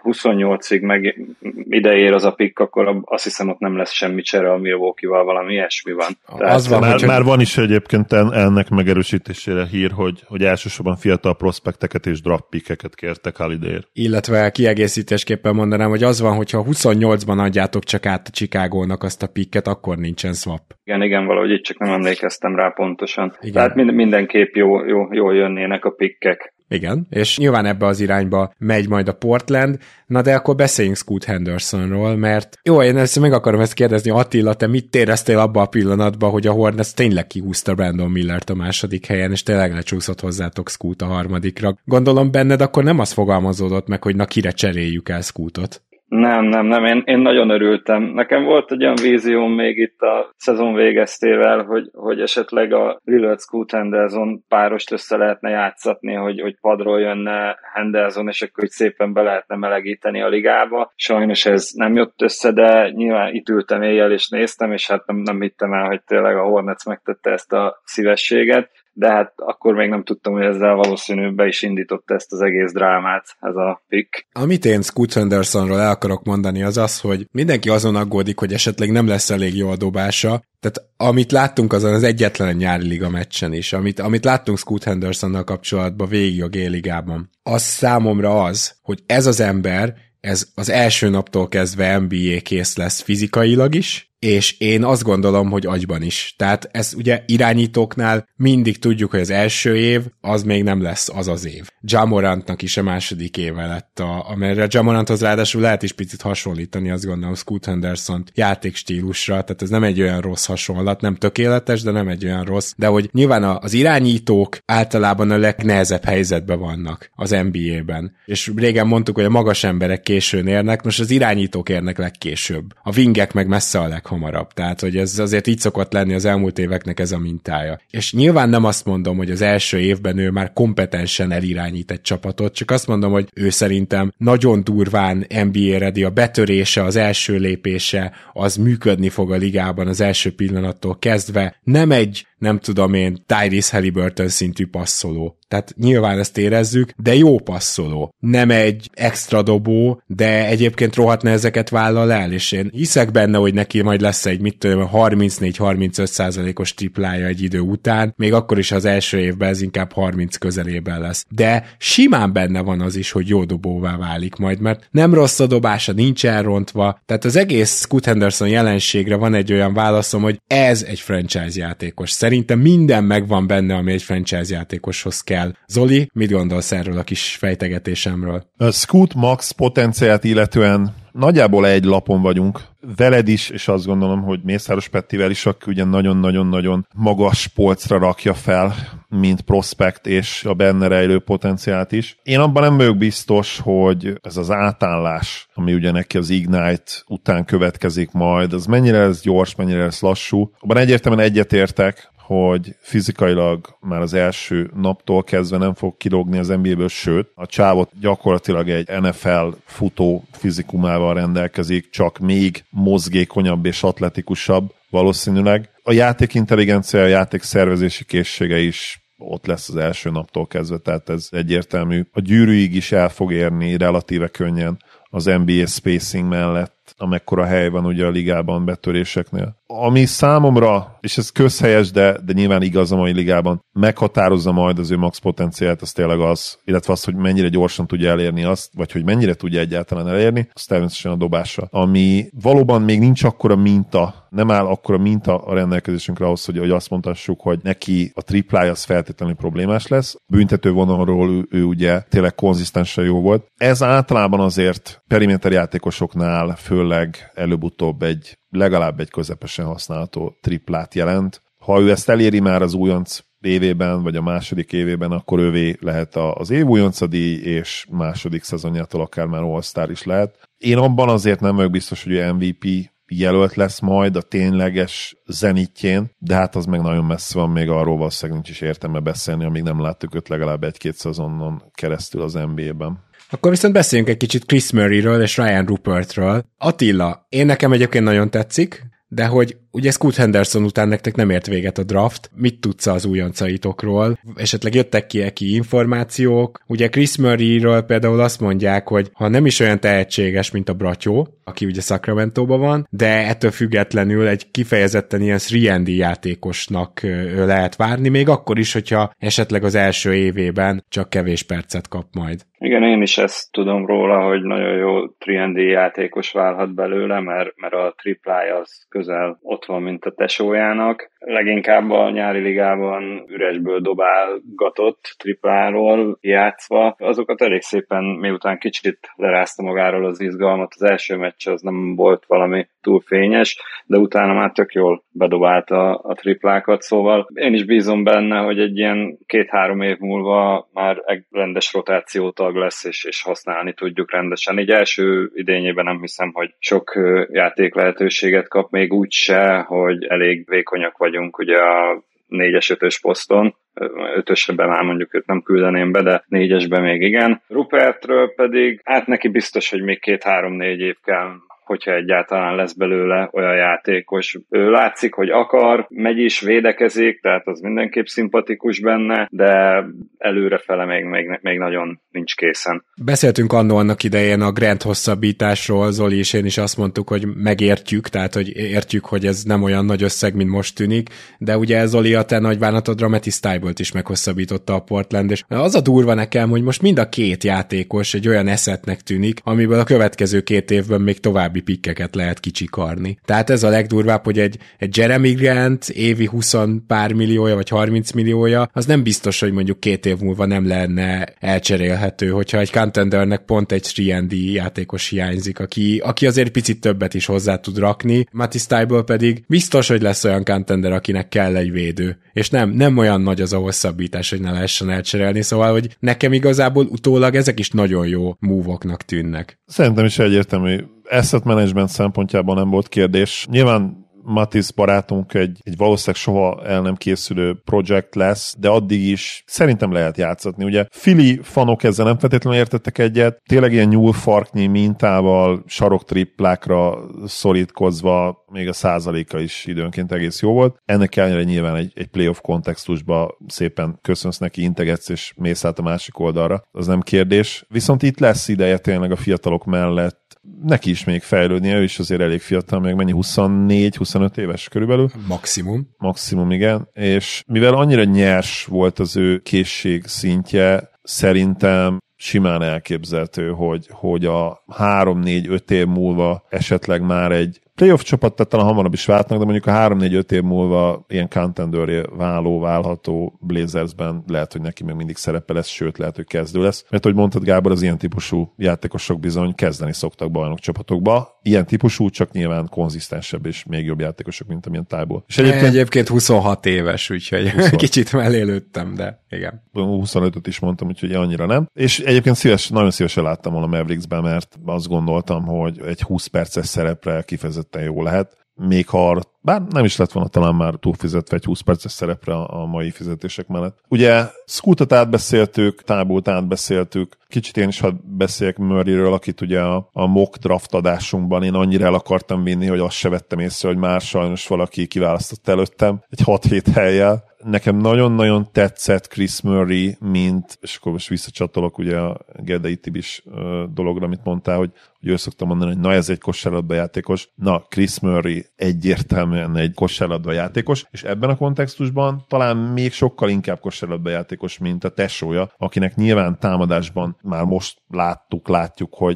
28-ig meg ideér az a pick, akkor azt hiszem, ott nem lesz semmi csere a Milwaukee-val, valami ilyesmi van. Az van, már van is egyébként ennek megerősítésére hír, hogy elsősorban fiatal prospekteket és draft pickeket kértek Holiday-ért. Illetve kiegészítésképpen mondanám, hogy az van, hogyha 28-ban adjátok csak át a Chicagónak azt a picket, akkor nincsen swap. Igen, valahogy itt csak nem emlékeztem rá pontosan. Igen. Tehát mindenképp jól jönnének a pickek. Igen, és nyilván ebbe az irányba megy majd a Portland, na de akkor beszéljünk Scoot Hendersonról, mert jó, én ezt meg akarom ezt kérdezni, Attila, te mit éreztél abba a pillanatban, hogy a Hornets tényleg kihúzta Brandon Millert a második helyen, és tényleg lecsúszott hozzátok Scoot a harmadikra. Gondolom benned akkor nem az fogalmazódott meg, hogy na kire cseréljük el Scootot. Nem, én nagyon örültem. Nekem volt egy olyan vízióm még itt a szezon végeztével, hogy esetleg a Lillard Scoot Henderson párost össze lehetne játszatni, hogy padról jönne Henderson, és akkor szépen be lehetne melegíteni a ligába. Sajnos ez nem jött össze, de nyilván itt ültem éjjel és néztem, és hát nem hittem el, hogy tényleg a Hornets megtette ezt a szívességet. De hát akkor még nem tudtam, hogy ezzel valószínűleg be is indította ezt az egész drámát, ez a pick. Amit én Scoot Hendersonról el akarok mondani, az az, hogy mindenki azon aggódik, hogy esetleg nem lesz elég jó a dobása. Tehát amit láttunk azon az egyetlen nyári liga meccsen is, amit láttunk Scoot Hendersonnal kapcsolatban végig a G-ligában, az számomra az, hogy ez az ember, ez az első naptól kezdve NBA kész lesz fizikailag is, és én azt gondolom, hogy agyban is. Tehát ez ugye irányítóknál mindig tudjuk, hogy az első év az még nem lesz az az év. Ja Morantnak is a második éve lett, amelyre Ja Moranthoz ráadásul lehet is picit hasonlítani, azt gondolom, Scoot Henderson játékstílusra, tehát ez nem egy olyan rossz hasonlat, nem tökéletes, de nem egy olyan rossz, de hogy nyilván az irányítók általában a legnehezebb helyzetben vannak az NBA-ben. És régen mondtuk, hogy a magas emberek későn érnek, most az irányítók érnek legkésőbb. A wingek meg messze a leghamarabb. Tehát, hogy ez azért így szokott lenni az elmúlt éveknek ez a mintája. És nyilván nem azt mondom, hogy az első évben ő már kompetensen elirányít egy csapatot, csak azt mondom, hogy ő szerintem nagyon durván NBA ready, a betörése, az első lépése, az működni fog a ligában az első pillanattól kezdve. Nem egy, nem tudom én, Tyrese Haliburton szintű passzoló. Tehát nyilván ezt érezzük, de jó passzoló. Nem egy extra dobó, de egyébként rohadt nehezeket vállal el, és én hiszek benne, hogy neki majd lesz egy, 34-35%-os triplája egy idő után, még akkor is az első évben ez inkább 30 közelében lesz. De simán benne van az is, hogy jó dobóvá válik majd, mert nem rossz a dobása, nincs elrontva, tehát az egész Scoot Henderson jelenségre van egy olyan válaszom, hogy ez egy franchise játékos. Szerintem minden megvan benne, ami egy franchise játékoshoz kell. Zoli, mit gondolsz erről a kis fejtegetésemről? A Scoot Max potenciált illetően nagyjából egy lapon vagyunk. Veled is, és azt gondolom, hogy Mészáros Pettivel is, aki ugye nagyon-nagyon-nagyon magas polcra rakja fel, mint prospekt, és a benne rejlő potenciált is. Én abban nem vagyok biztos, hogy ez az átállás, ami ugye neki az Ignite után következik majd, az mennyire lesz gyors, mennyire lesz lassú. Abban egyértelműen egyetértek, hogy fizikailag már az első naptól kezdve nem fog kilógni az NBA-ből, sőt, a csávot gyakorlatilag egy NFL futó fizikumával rendelkezik, csak még mozgékonyabb és atletikusabb valószínűleg. A játék intelligencia, a játék szervezési készsége is ott lesz az első naptól kezdve, tehát ez egyértelmű. A gyűrűig is el fog érni relatíve könnyen az NBA spacing mellett, amekkora hely van ugye a ligában betöréseknél. Ami számomra, és ez közhelyes, de nyilván igaz a mai ligában, meghatározza majd az ő max potenciált, az tényleg az, illetve az, hogy mennyire gyorsan tudja elérni azt, vagy hogy mennyire tudja egyáltalán elérni, az természetesen a dobása. Ami valóban még nincs akkora minta, nem áll akkora minta a rendelkezésünkre ahhoz, hogy azt mondhassuk, hogy neki a triplája az feltétlenül problémás lesz. Büntető vonalról ő ugye tényleg konzisztensen jó volt. Ez általában azért periméter játékosoknál főleg előbb-utóbb legalább egy közepesen használható triplát jelent. Ha ő ezt eléri már az újonc évében, vagy a második évében, akkor ővé lehet az év újoncadíj, és második szezonjától akár már All-Star is lehet. Én abban azért nem vagyok biztos, hogy ő MVP jelölt lesz majd a tényleges zenitjén, de hát az meg nagyon messze van, még arról valószínűleg nincs is értelme beszélni, amíg nem láttuk őt legalább egy-két szezonon keresztül az NBA-ben. Akkor viszont beszéljünk egy kicsit Chris Murrayről és Ryan Rupertről. Attila, én nekem egyébként nagyon tetszik, de hogy ugye Scoot Henderson után nektek nem ért véget a draft, mit tudsz az újoncaitokról? Esetleg jöttek ki információk? Ugye Chris Murrayről például azt mondják, hogy ha nem is olyan tehetséges, mint a Bratyó, aki ugye Sacramento-ban van, de ettől függetlenül egy kifejezetten ilyen 3&D játékosnak lehet várni, még akkor is, hogyha esetleg az első évében csak kevés percet kap majd. Igen, én is ezt tudom róla, hogy nagyon jó 3&D játékos válhat belőle, mert a triplája az közel ott van, mint a tesójának. Leginkább a nyári ligában üresből dobálgatott tripláról játszva. Azokat elég szépen, miután kicsit lerázta magáról az izgalmat, az első meccs az nem volt valami túl fényes, de utána már tök jól bedobálta a triplákat, szóval én is bízom benne, hogy egy ilyen 2-3 év múlva már egy rendes rotációtag lesz, és használni tudjuk rendesen. Így első idényében nem hiszem, hogy sok játék lehetőséget kap, még úgy se, hogy elég vékonyak vagyunk ugye a 4-es, 5-ös poszton. 5-ösben már mondjuk őt nem küldeném be, de 4-esben még igen. Rupertről pedig, hát neki biztos, hogy még 2-3-4 év kell, hogyha egyáltalán lesz belőle olyan játékos. Ő látszik, hogy akar, megy is, védekezik, tehát az mindenképp szimpatikus benne, de előrefele még nagyon nincs készen. Beszéltünk annó annak idején a Grant hosszabbításról, Zoli és én is azt mondtuk, hogy megértjük, tehát hogy értjük, hogy ez nem olyan nagy összeg, mint most tűnik, de ugye Zoli a te nagy bánatodra Matisse Thybulle-t is meghosszabbította a Portland, és az a durva nekem, hogy most mind a két játékos egy olyan eszetnek tűnik, amiből a következő 2 évben még további pikkeket lehet kicsikarni. Tehát ez a legdurvább, hogy egy Jeremy Grant évi 20 pár milliója, vagy 30 milliója, az nem biztos, hogy mondjuk 2 év múlva nem lenne elcserélhető, hogyha egy contendernek pont egy 3&D játékos hiányzik, aki azért picit többet is hozzá tud rakni. Matisse Thybulle pedig biztos, hogy lesz olyan contender, akinek kell egy védő. És nem olyan nagy az a hosszabbítás, hogy ne lehessen elcserélni, szóval, hogy nekem igazából utólag ezek is nagyon jó move-oknak tűnnek. Szerintem is egyértelmű. Asset management szempontjából nem volt kérdés. Nyilván Matisse barátunk egy valószínűleg soha el nem készülő projekt lesz, de addig is szerintem lehet játszatni. Ugye Philly fanok ezzel nem feltétlenül értettek egyet, tényleg ilyen nyúlfarknyi mintával, saroktriplákra szorítkozva, még a százaléka is időnként egész jó volt. Ennek ellenére nyilván egy playoff kontextusba szépen köszönsz neki, integetsz és mész át a másik oldalra. Az nem kérdés. Viszont itt lesz ideje tényleg a fiatalok mellett neki is még fejlődnie, ő is azért elég fiatal, még mennyi 24-25 éves körülbelül. Maximum, igen. És mivel annyira nyers volt az ő készség szintje, szerintem simán elképzelhető, hogy a 3-4-5 év múlva esetleg már egy playoff csapat, tehát talán hamarabb is váltnak, de mondjuk a 3-4-5 év múlva ilyen contenderé válható Blazersben lehet, hogy neki még mindig szerepe lesz, sőt lehet, hogy kezdő lesz. Mert ahogy mondtad, Gábor, az ilyen típusú játékosok bizony kezdeni szoktak bajnokcsapatokba. Ilyen típusú, csak nyilván konzisztensebb és még jobb játékosok, mint amilyen tájból. És egyébként 26 éves, úgyhogy kicsit mellélődtem, de igen. 25-öt is mondtam, úgyhogy annyira nem. És egyébként nagyon szívesen láttam volna Mavericksben, mert azt gondoltam, hogy egy 20 perces szerepre kifejezetten jó lehet. Még ha bár nem is lett volna talán már túlfizetve egy 20 perces szerepre a mai fizetések mellett. Ugye Scootot átbeszéltük, Tábult átbeszéltük, kicsit én is hadd beszéljek Murrayről, akit ugye a mock draft adásunkban én annyira el akartam vinni, hogy azt se vettem észre, hogy már sajnos valaki kiválasztott előttem egy 6-7 hellyel. Nekem nagyon-nagyon tetszett Chris Murray, és akkor most visszacsatolok ugye a Gedei Tibis dologra, amit mondtál, hogy ő szoktam mondani, hogy na ez egy kosárlabda játékos. Na, Chris Murray egyértelműen egy kosárlabda játékos, és ebben a kontextusban talán még sokkal inkább kosárlabda játékos, mint a tesója, akinek nyilván támadásban már most látjuk, hogy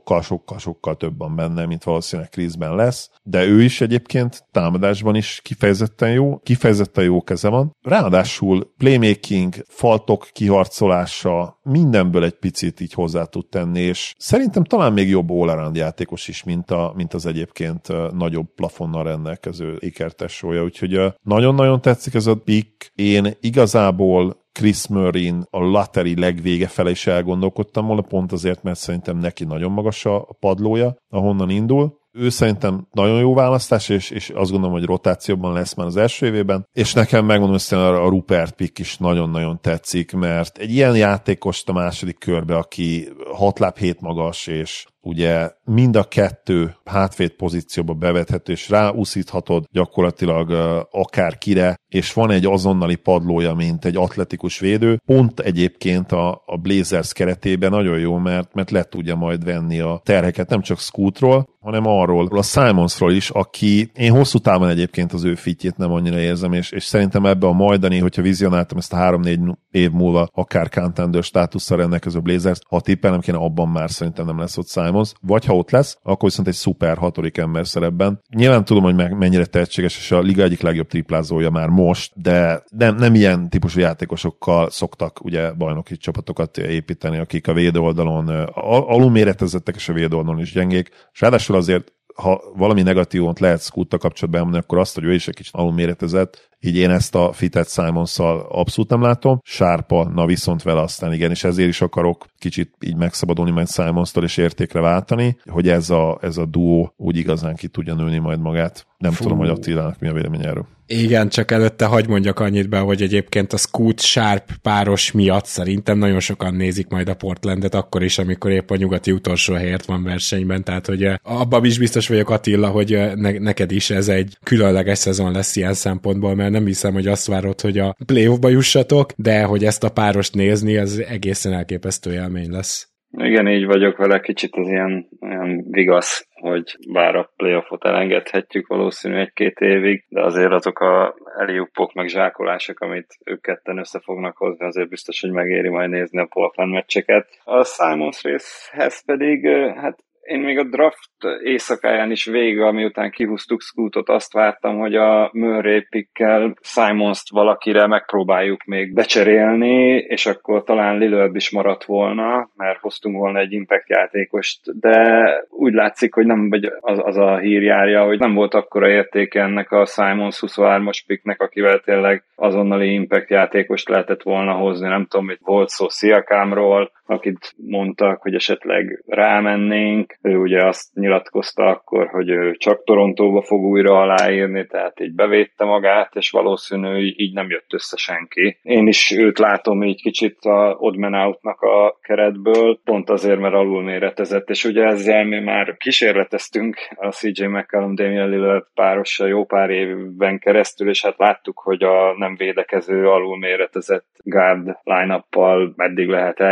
sokkal több van benne, mint valószínűleg Chrisben lesz, de ő is egyébként támadásban is kifejezetten jó keze van. Ráadásul playmaking, faltok kiharcolása, mindenből egy picit így hozzá tud tenni, és szerintem talán még jobb all-around játékos is, mint az egyébként nagyobb plafonnal rendelkező Iker tesója, úgyhogy nagyon-nagyon tetszik ez a pick. Én igazából Chris Murray-n a lottery legvége fele is elgondolkodtam volna, pont azért, mert szerintem neki nagyon magas a padlója, ahonnan indul. Ő szerintem nagyon jó választás, és azt gondolom, hogy rotációban lesz már az első évében, és nekem megmondom, hogy a Rupert pick is nagyon-nagyon tetszik, mert egy ilyen játékost a második körbe, aki 6 láb 7 magas, és ugye mind a kettő hátvéd pozícióba bevethető, és ráúszíthatod gyakorlatilag akárkire, és van egy azonnali padlója, mint egy atletikus védő. Pont egyébként a Blazers keretében nagyon jó, mert le tudja majd venni a terheket nem csak Scootról, hanem arról, a Simonsról is, aki én hosszú távon egyébként az ő fitjét nem annyira érzem, és szerintem ebbe a majdani, hogyha vizionáltam ezt a 3-4 év múlva akár contender státusszal rendelkező Blazers, ha tippelnem kéne, abban már szerintem nem lesz ott Simons, vagy ha ott lesz, akkor viszont egy szuper 6. ember szerepben. Nyilván tudom, hogy mennyire tehetséges, és a liga egyik legjobb triplázója már most, de nem ilyen típusú játékosokkal szoktak ugye bajnoki csapatokat építeni, akik a védő oldalon alulméretezettek, és a védő oldalon is gyengék, és ráadásul azért, ha valami negatívot lehet Scoottal kapcsolatban elmondani, akkor azt, hogy ő is egy kicsit alulméretezett, így én ezt a fitet Simonsszal abszolút nem látom. Sárpa, na viszont vele aztán igen, és ezért is akarok kicsit így megszabadulni majd Simonstól és értékre váltani, hogy ez a duó úgy igazán ki tudja nőni majd magát. Nem tudom, hogy Attilának mi a vélemény erről. Igen, csak előtte hadd mondjak annyit be, hogy egyébként a Scoot-Sharp páros miatt szerintem nagyon sokan nézik majd a Portlandet akkor is, amikor épp a nyugati utolsó helyért van versenyben, tehát hogy abban is biztos vagyok, Attila, hogy neked is ez egy különleges szezon lesz ilyen szempontból, mert nem hiszem, hogy azt várod, hogy a playoffba jussatok, de hogy ezt a párost nézni, az egészen elképesztő élmény lesz. Igen, így vagyok vele, kicsit az ilyen vigasz, hogy bár a playoffot elengedhetjük valószínű 1-2 évig, de azért azok a eliuppok meg zsákolások, amit ők ketten össze fognak hozni, azért biztos, hogy megéri majd nézni a Portland meccseket. A Simons részhez pedig, hát én még a draft éjszakáján is végig, miután kihúztuk Scootot, azt vártam, hogy a Murray pickkel Simonst valakire megpróbáljuk még becserélni, és akkor talán Lillard is maradt volna, mert hoztunk volna egy impact játékost, de úgy látszik, hogy nem, vagy az a hír járja, hogy nem volt akkora értéke ennek a Simons 23-as picknek, akivel tényleg azonnali impact játékost lehetett volna hozni. Nem tudom, hogy volt szó Siakamról, akit mondtak, hogy esetleg rámennénk. Ő ugye azt nyilatkozta akkor, hogy ő csak Torontóba fog újra aláírni, tehát így bevédte magát, és valószínű így nem jött össze senki. Én is őt látom így kicsit a odd man out-nak a keretből, pont azért, mert alulméretezett, és ugye ezzel mi már kísérleteztünk a CJ McCollum, Damian Lillard párossal jó pár évben keresztül, és hát láttuk, hogy a nem védekező alulméretezett guard line-uppal meddig lehet eljutni.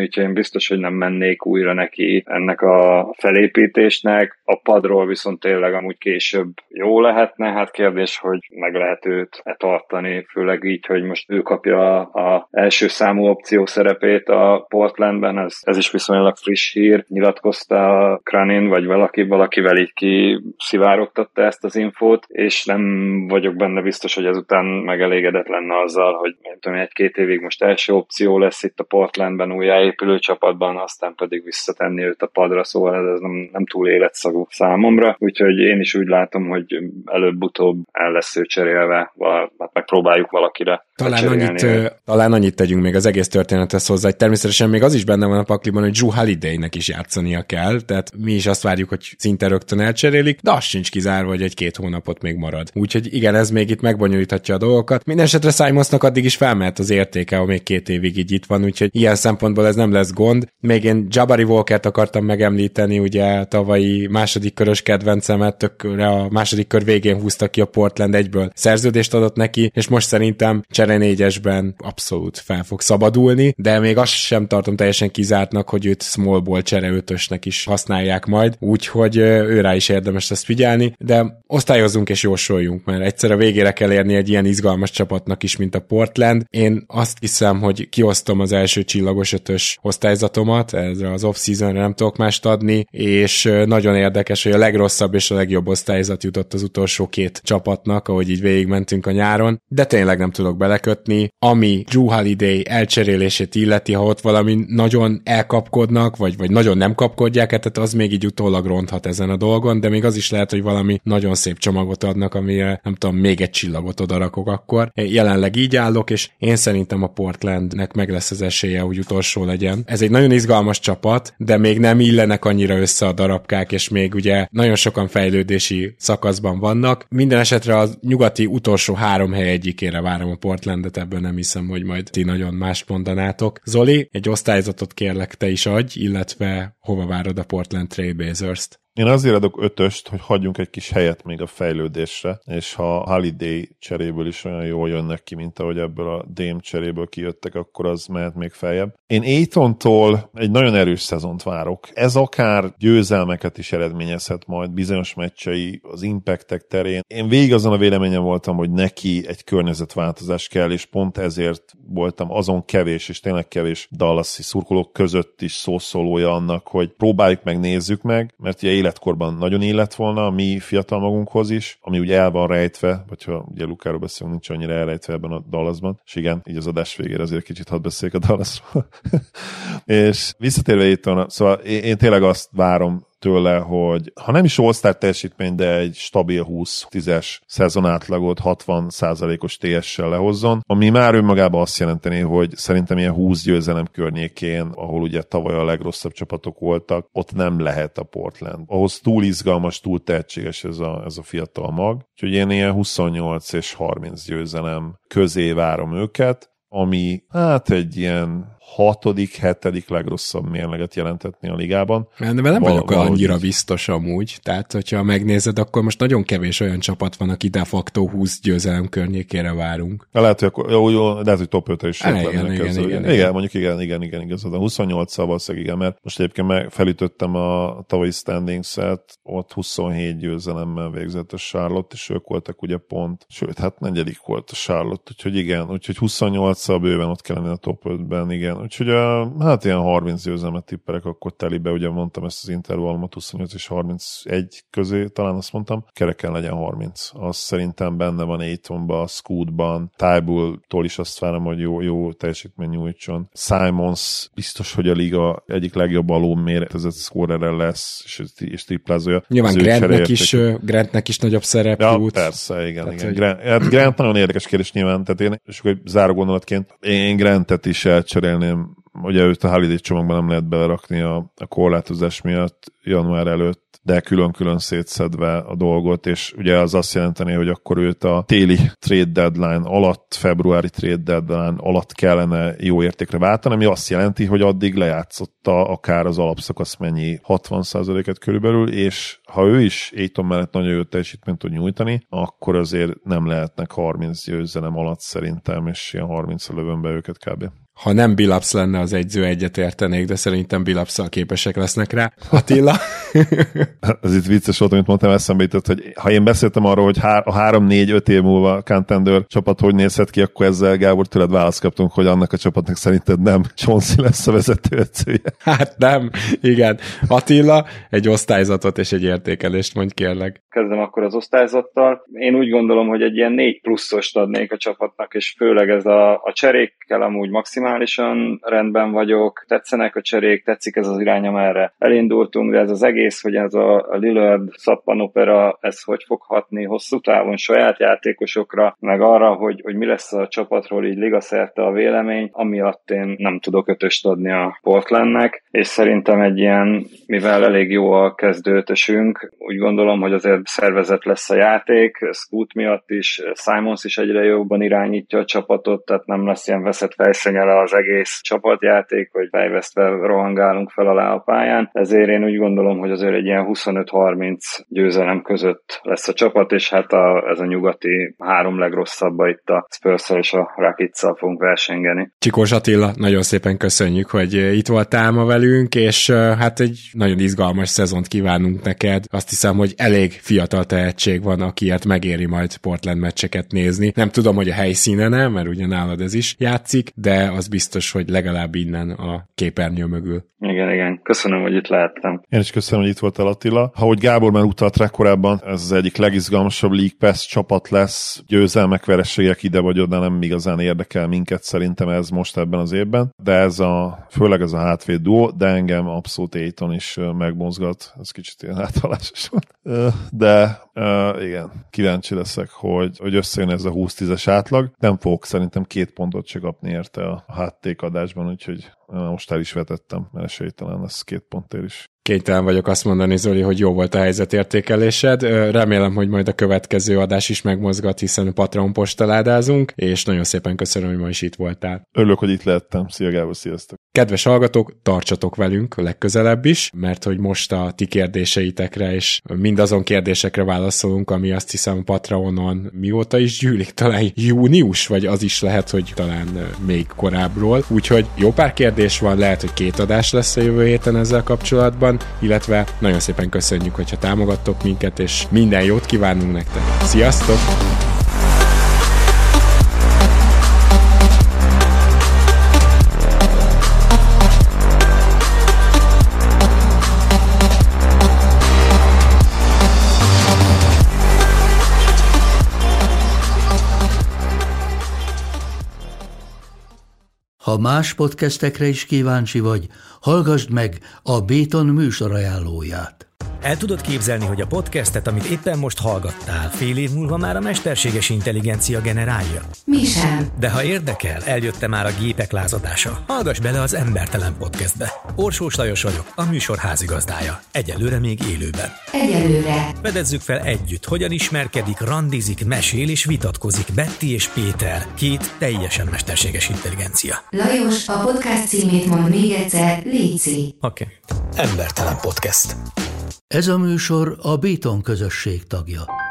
úgyhogy én biztos, hogy nem mennék újra neki ennek a felépítésnek. A padról viszont tényleg amúgy később jó lehetne, hát kérdés, hogy meg lehet őt tartani, főleg így, hogy most ő kapja a első számú opció szerepét a Portlandben, ez is viszonylag friss hír, nyilatkozta a Cranin, vagy valakivel így kiszivárogtatta ezt az infót, és nem vagyok benne biztos, hogy ezután megelégedett lenne azzal, hogy nem tudom, 1-2 évig most első opció lesz itt a Portlandben újjáépülő csapatban, aztán pedig visszatenni őt a padra, szóval ez nem túl életszagú számomra, úgyhogy én is úgy látom, hogy előbb-utóbb el lesz ő cserélve, hát megpróbáljuk valakire. Talán annyit tegyünk még az egész történethez hozzá, hogy természetesen még az is benne van a pakliban, hogy Drew Holiday-nek is játszania kell, tehát mi is azt várjuk, hogy szinte rögtön elcserélik, de az sincs kizárva, hogy 1-2 hónapot még marad. Úgyhogy igen, ez még itt megbonyolíthatja a dolgokat. Mindenesetre Simonsnak addig is felmehet az értéke, ha még 2 évig így itt van, úgyhogy ilyen szempontból ez nem lesz gond. Még én Jabari Walkert akartam megemlíteni, ugye tavalyi második körös kedvencemet, tökre a második kör végén húzta ki a Portland, egyből szerződést adott neki, és most szerintem csere 4-esben abszolút fel fog szabadulni, de még azt sem tartom teljesen kizártnak, hogy őt small ball csere 5-ösnek is használják majd, úgyhogy őrá is érdemes ezt figyelni, de osztályozunk és jósoljunk, mert egyszer a végére kell érni egy ilyen izgalmas csapatnak is, mint a Portland. Én azt hiszem, hogy kiosztom az első csillagos 5-ös osztályzatomat, ezre az off-seasonre nem tudok mást adni, és nagyon érdekes, hogy a legrosszabb és a legjobb osztályzat jutott az utolsó 2 csapatnak, ahogy így végigmentünk a nyáron, de tényleg nem tudok belekötni. Ami Drew Holiday elcserélését illeti, ha ott valami nagyon elkapkodnak, vagy nagyon nem kapkodják, tehát az még így utólag ronthat ezen a dolgon, de még az is lehet, hogy valami nagyon szép csomagot adnak, amire nem tudom, még egy csillagot odarakok akkor. Jelenleg így állok, és én szerintem a Portlandnek meg lesz az esélye, hogy utolsó legyen. Ez egy nagyon izgalmas csapat, de még nem illenek annyira össze a darabkák, és még ugye nagyon sokan fejlődési szakaszban vannak. Minden esetre a nyugati utolsó 3 hely egyikére várom a Portlandet, ebből nem hiszem, hogy majd ti nagyon más mondanátok. Zoli, egy osztályzatot kérlek te is adj, illetve hova várod a Portland Trailblazers-t? Én azért adok 5-öst, hogy hagyjunk egy kis helyet még a fejlődésre, és ha Holiday cseréből is olyan jól jönnek ki, mint ahogy ebből a Dame cseréből kijöttek, akkor az mehet még feljebb. Én Aytontól egy nagyon erős szezont várok. Ez akár győzelmeket is eredményezhet majd bizonyos meccsei az impactek terén. Én végig azon a véleményen voltam, hogy neki egy környezetváltozás kell, és pont ezért voltam azon kevés, és tényleg kevés Dallasi szurkolók között is szószólója annak, hogy próbáljuk meg, nézzük meg, mert ugye életkorban nagyon illet volna a mi fiatal magunkhoz is, ami ugye el van rejtve, vagy ha ugye Lukáról beszélünk, nincs annyira elrejtve ebben a Dallasban, és igen, így az adás végére azért kicsit hadd beszéljek a Dallasról. És visszatérve itt van, szóval én tényleg azt várom tőle, hogy ha nem is all-star teljesítmény, de egy stabil 20-10-es szezonátlagot 60%-os TS-sel lehozzon, ami már önmagában azt jelenteni, hogy szerintem ilyen 20 győzelem környékén, ahol ugye tavaly a legrosszabb csapatok voltak, ott nem lehet a Portland. Ahhoz túl izgalmas, túl tehetséges ez a fiatal mag. Úgyhogy én ilyen 28 és 30 győzelem közé várom őket, ami hát egy ilyen 6.-7. legrosszabb mérleget jelentetni a ligában. De nem vagyok annyira biztos amúgy, tehát hogyha megnézed, akkor most nagyon kevés olyan csapat van, aki de facto 20 győzelem környékére várunk. Lehet, hogy akkor, lehet, hogy top 5-re is igen, mondjuk igen, igazad. A 28-szal valószínűleg igen, mert most egyébként felütöttem a tavalyi standings-et, ott 27 győzelemmel végzett a Charlotte, és ők voltak ugye pont, sőt, hát 4. volt a Charlotte, úgyhogy igen, úgyhogy 28-szal bőven ott kellene a top 5-ben, igen. Úgyhogy hát ilyen 30 győzelmet tippelek akkor telibe, ugye mondtam ezt az intervallomat 28 és 31 közé, talán azt mondtam, kereken legyen 30. Az szerintem benne van Aytonban, Scootban, Tybull-tól is azt várom, hogy jó teljesítmény nyújtson. Simons biztos, hogy a liga egyik legjobb alulméretezett scorerre lesz, és triplázója. Nyilván Grantnek is nagyobb szerep jut. Persze, igen. Grant nagyon érdekes kérdés nyilván, tehát én, és akkor záró gondolatként, én Grantet is elcserélném, ugye őt a Holiday csomagban nem lehet belerakni a korlátozás miatt január előtt, de külön-külön szétszedve a dolgot, és ugye az azt jelenteni, hogy akkor őt a téli trade deadline alatt, februári trade deadline alatt kellene jó értékre váltani, ami azt jelenti, hogy addig lejátszotta akár az alapszakasz mennyi 60%-et körülbelül, és ha ő is Ayton mellett nagyon jó teljesítményt tud nyújtani, akkor azért nem lehetnek 30 győzelem alatt szerintem, és ilyen 30-ra lövöm be őket kb. Ha nem Billups lenne az egyző, egyetértenék, de szerintem Billupsszal képesek lesznek rá. Attila? Ez itt vicces volt, amit mondtam, eszembe jutott, hogy ha én beszéltem arról, hogy a 3-4-5 év múlva a Contender csapat hogy nézhet ki, akkor ezzel, Gábor, tőled választ kaptunk, hogy annak a csapatnak szerinted nem Chauncey lesz a vezetőedzője. Hát nem, igen. Attila, egy osztályzatot és egy értékelést mondj kérlek. Kezdem akkor az osztályzattal. Én úgy gondolom, hogy egy ilyen 4 pluszost adnék a csapatnak, és főleg ez a cserékkel amúgy maximálisan rendben vagyok, tetszenek a cserék, tetszik ez az irány, amerre elindultunk, de ez az egész, hogy ez a Lillard szappanopera, ez hogy fog hatni hosszú távon saját játékosokra, meg arra, hogy mi lesz a csapatról így ligaszerte a vélemény, amiatt én nem tudok 5-öst adni a Portlandnek, és szerintem egy ilyen, mivel elég jó a kezdőtösünk, úgy gondolom, hogy azért szervezet lesz a játék, Scoot miatt is, Simons is egyre jobban irányítja a csapatot, tehát nem lesz ilyen veszett fejszennyele az egész csapatjáték, hogy fejvesztve rohangálunk fel alá a pályán, ezért én úgy gondolom, hogy azért egy ilyen 25-30 győzelem között lesz a csapat, és hát ez a nyugati 3 legrosszabb, itt a Spurs-szel és a Rockets-szal fogunk versengeni. Csikós Attila, nagyon szépen köszönjük, hogy itt voltál ma velünk, és hát egy nagyon izgalmas szezont kívánunk neked. Azt hiszem, hogy elég fiatal tehetség van, akiért megéri majd Portland meccseket nézni. Nem tudom, hogy a helyszínen, mert ugye nálad ez is játszik, de az biztos, hogy legalább innen a képernyő mögül. Igen. Köszönöm, hogy itt lehettem. Én is köszönöm, hogy itt voltál, Attila. Ahogy Gábor már utalt rá korábban, ez az egyik legizgalmasabb League Pass csapat lesz. Győzelmek, vereségek ide vagy oda nem igazán érdekel minket szerintem ez most ebben az évben, de főleg ez a hátvéd duó, de engem abszolút Ayton is megmozgat. Ez kicsit ilyen áthalásos volt. De igen, kíváncsi leszek, hogy összejön ez a 20-10-es átlag. Nem fogok szerintem 2 pontot se kapni érte a háttékadásban, úgyhogy most el is vetettem, mert esélytelen lesz 2 pontért is. Kénytelen vagyok azt mondani, Zoli, hogy jó volt a helyzetértékelésed. Remélem, hogy majd a következő adás is megmozgat, hiszen a Patreon postaládázunk, és nagyon szépen köszönöm, hogy ma is itt voltál. Örülök, hogy itt lehettem. Szia Gábor, sziasztok! Kedves hallgatók, tartsatok velünk legközelebb is, mert hogy most a ti kérdéseitekre és mindazon kérdésekre válaszolunk, ami azt hiszem Patreonon mióta is gyűlik, talán június, vagy az is lehet, hogy talán még korábbról. Úgyhogy jó pár kérdés van, lehet, hogy 2 adás lesz a jövő héten ezzel kapcsolatban, illetve nagyon szépen köszönjük, hogyha támogattok minket, és minden jót kívánunk nektek. Sziasztok! Ha más podcastekre is kíváncsi vagy, hallgassd meg a Béton műsor ajánlóját. El tudod képzelni, hogy a podcastet, amit éppen most hallgattál, fél év múlva már a mesterséges intelligencia generálja? Mi sem. De ha érdekel, eljött már a gépek lázadása. Hallgass bele az Embertelen Podcastbe. Orsós Lajos vagyok, a műsor házigazdája. Egyelőre még élőben. Egyelőre. Fedezzük fel együtt, hogyan ismerkedik, randizik, mesél és vitatkozik Betty és Péter, 2 teljesen mesterséges intelligencia. Lajos, a podcast címét mond még egyszer, léci. Oké. Embertelen Podcast. Ez a műsor a Béton közösség tagja.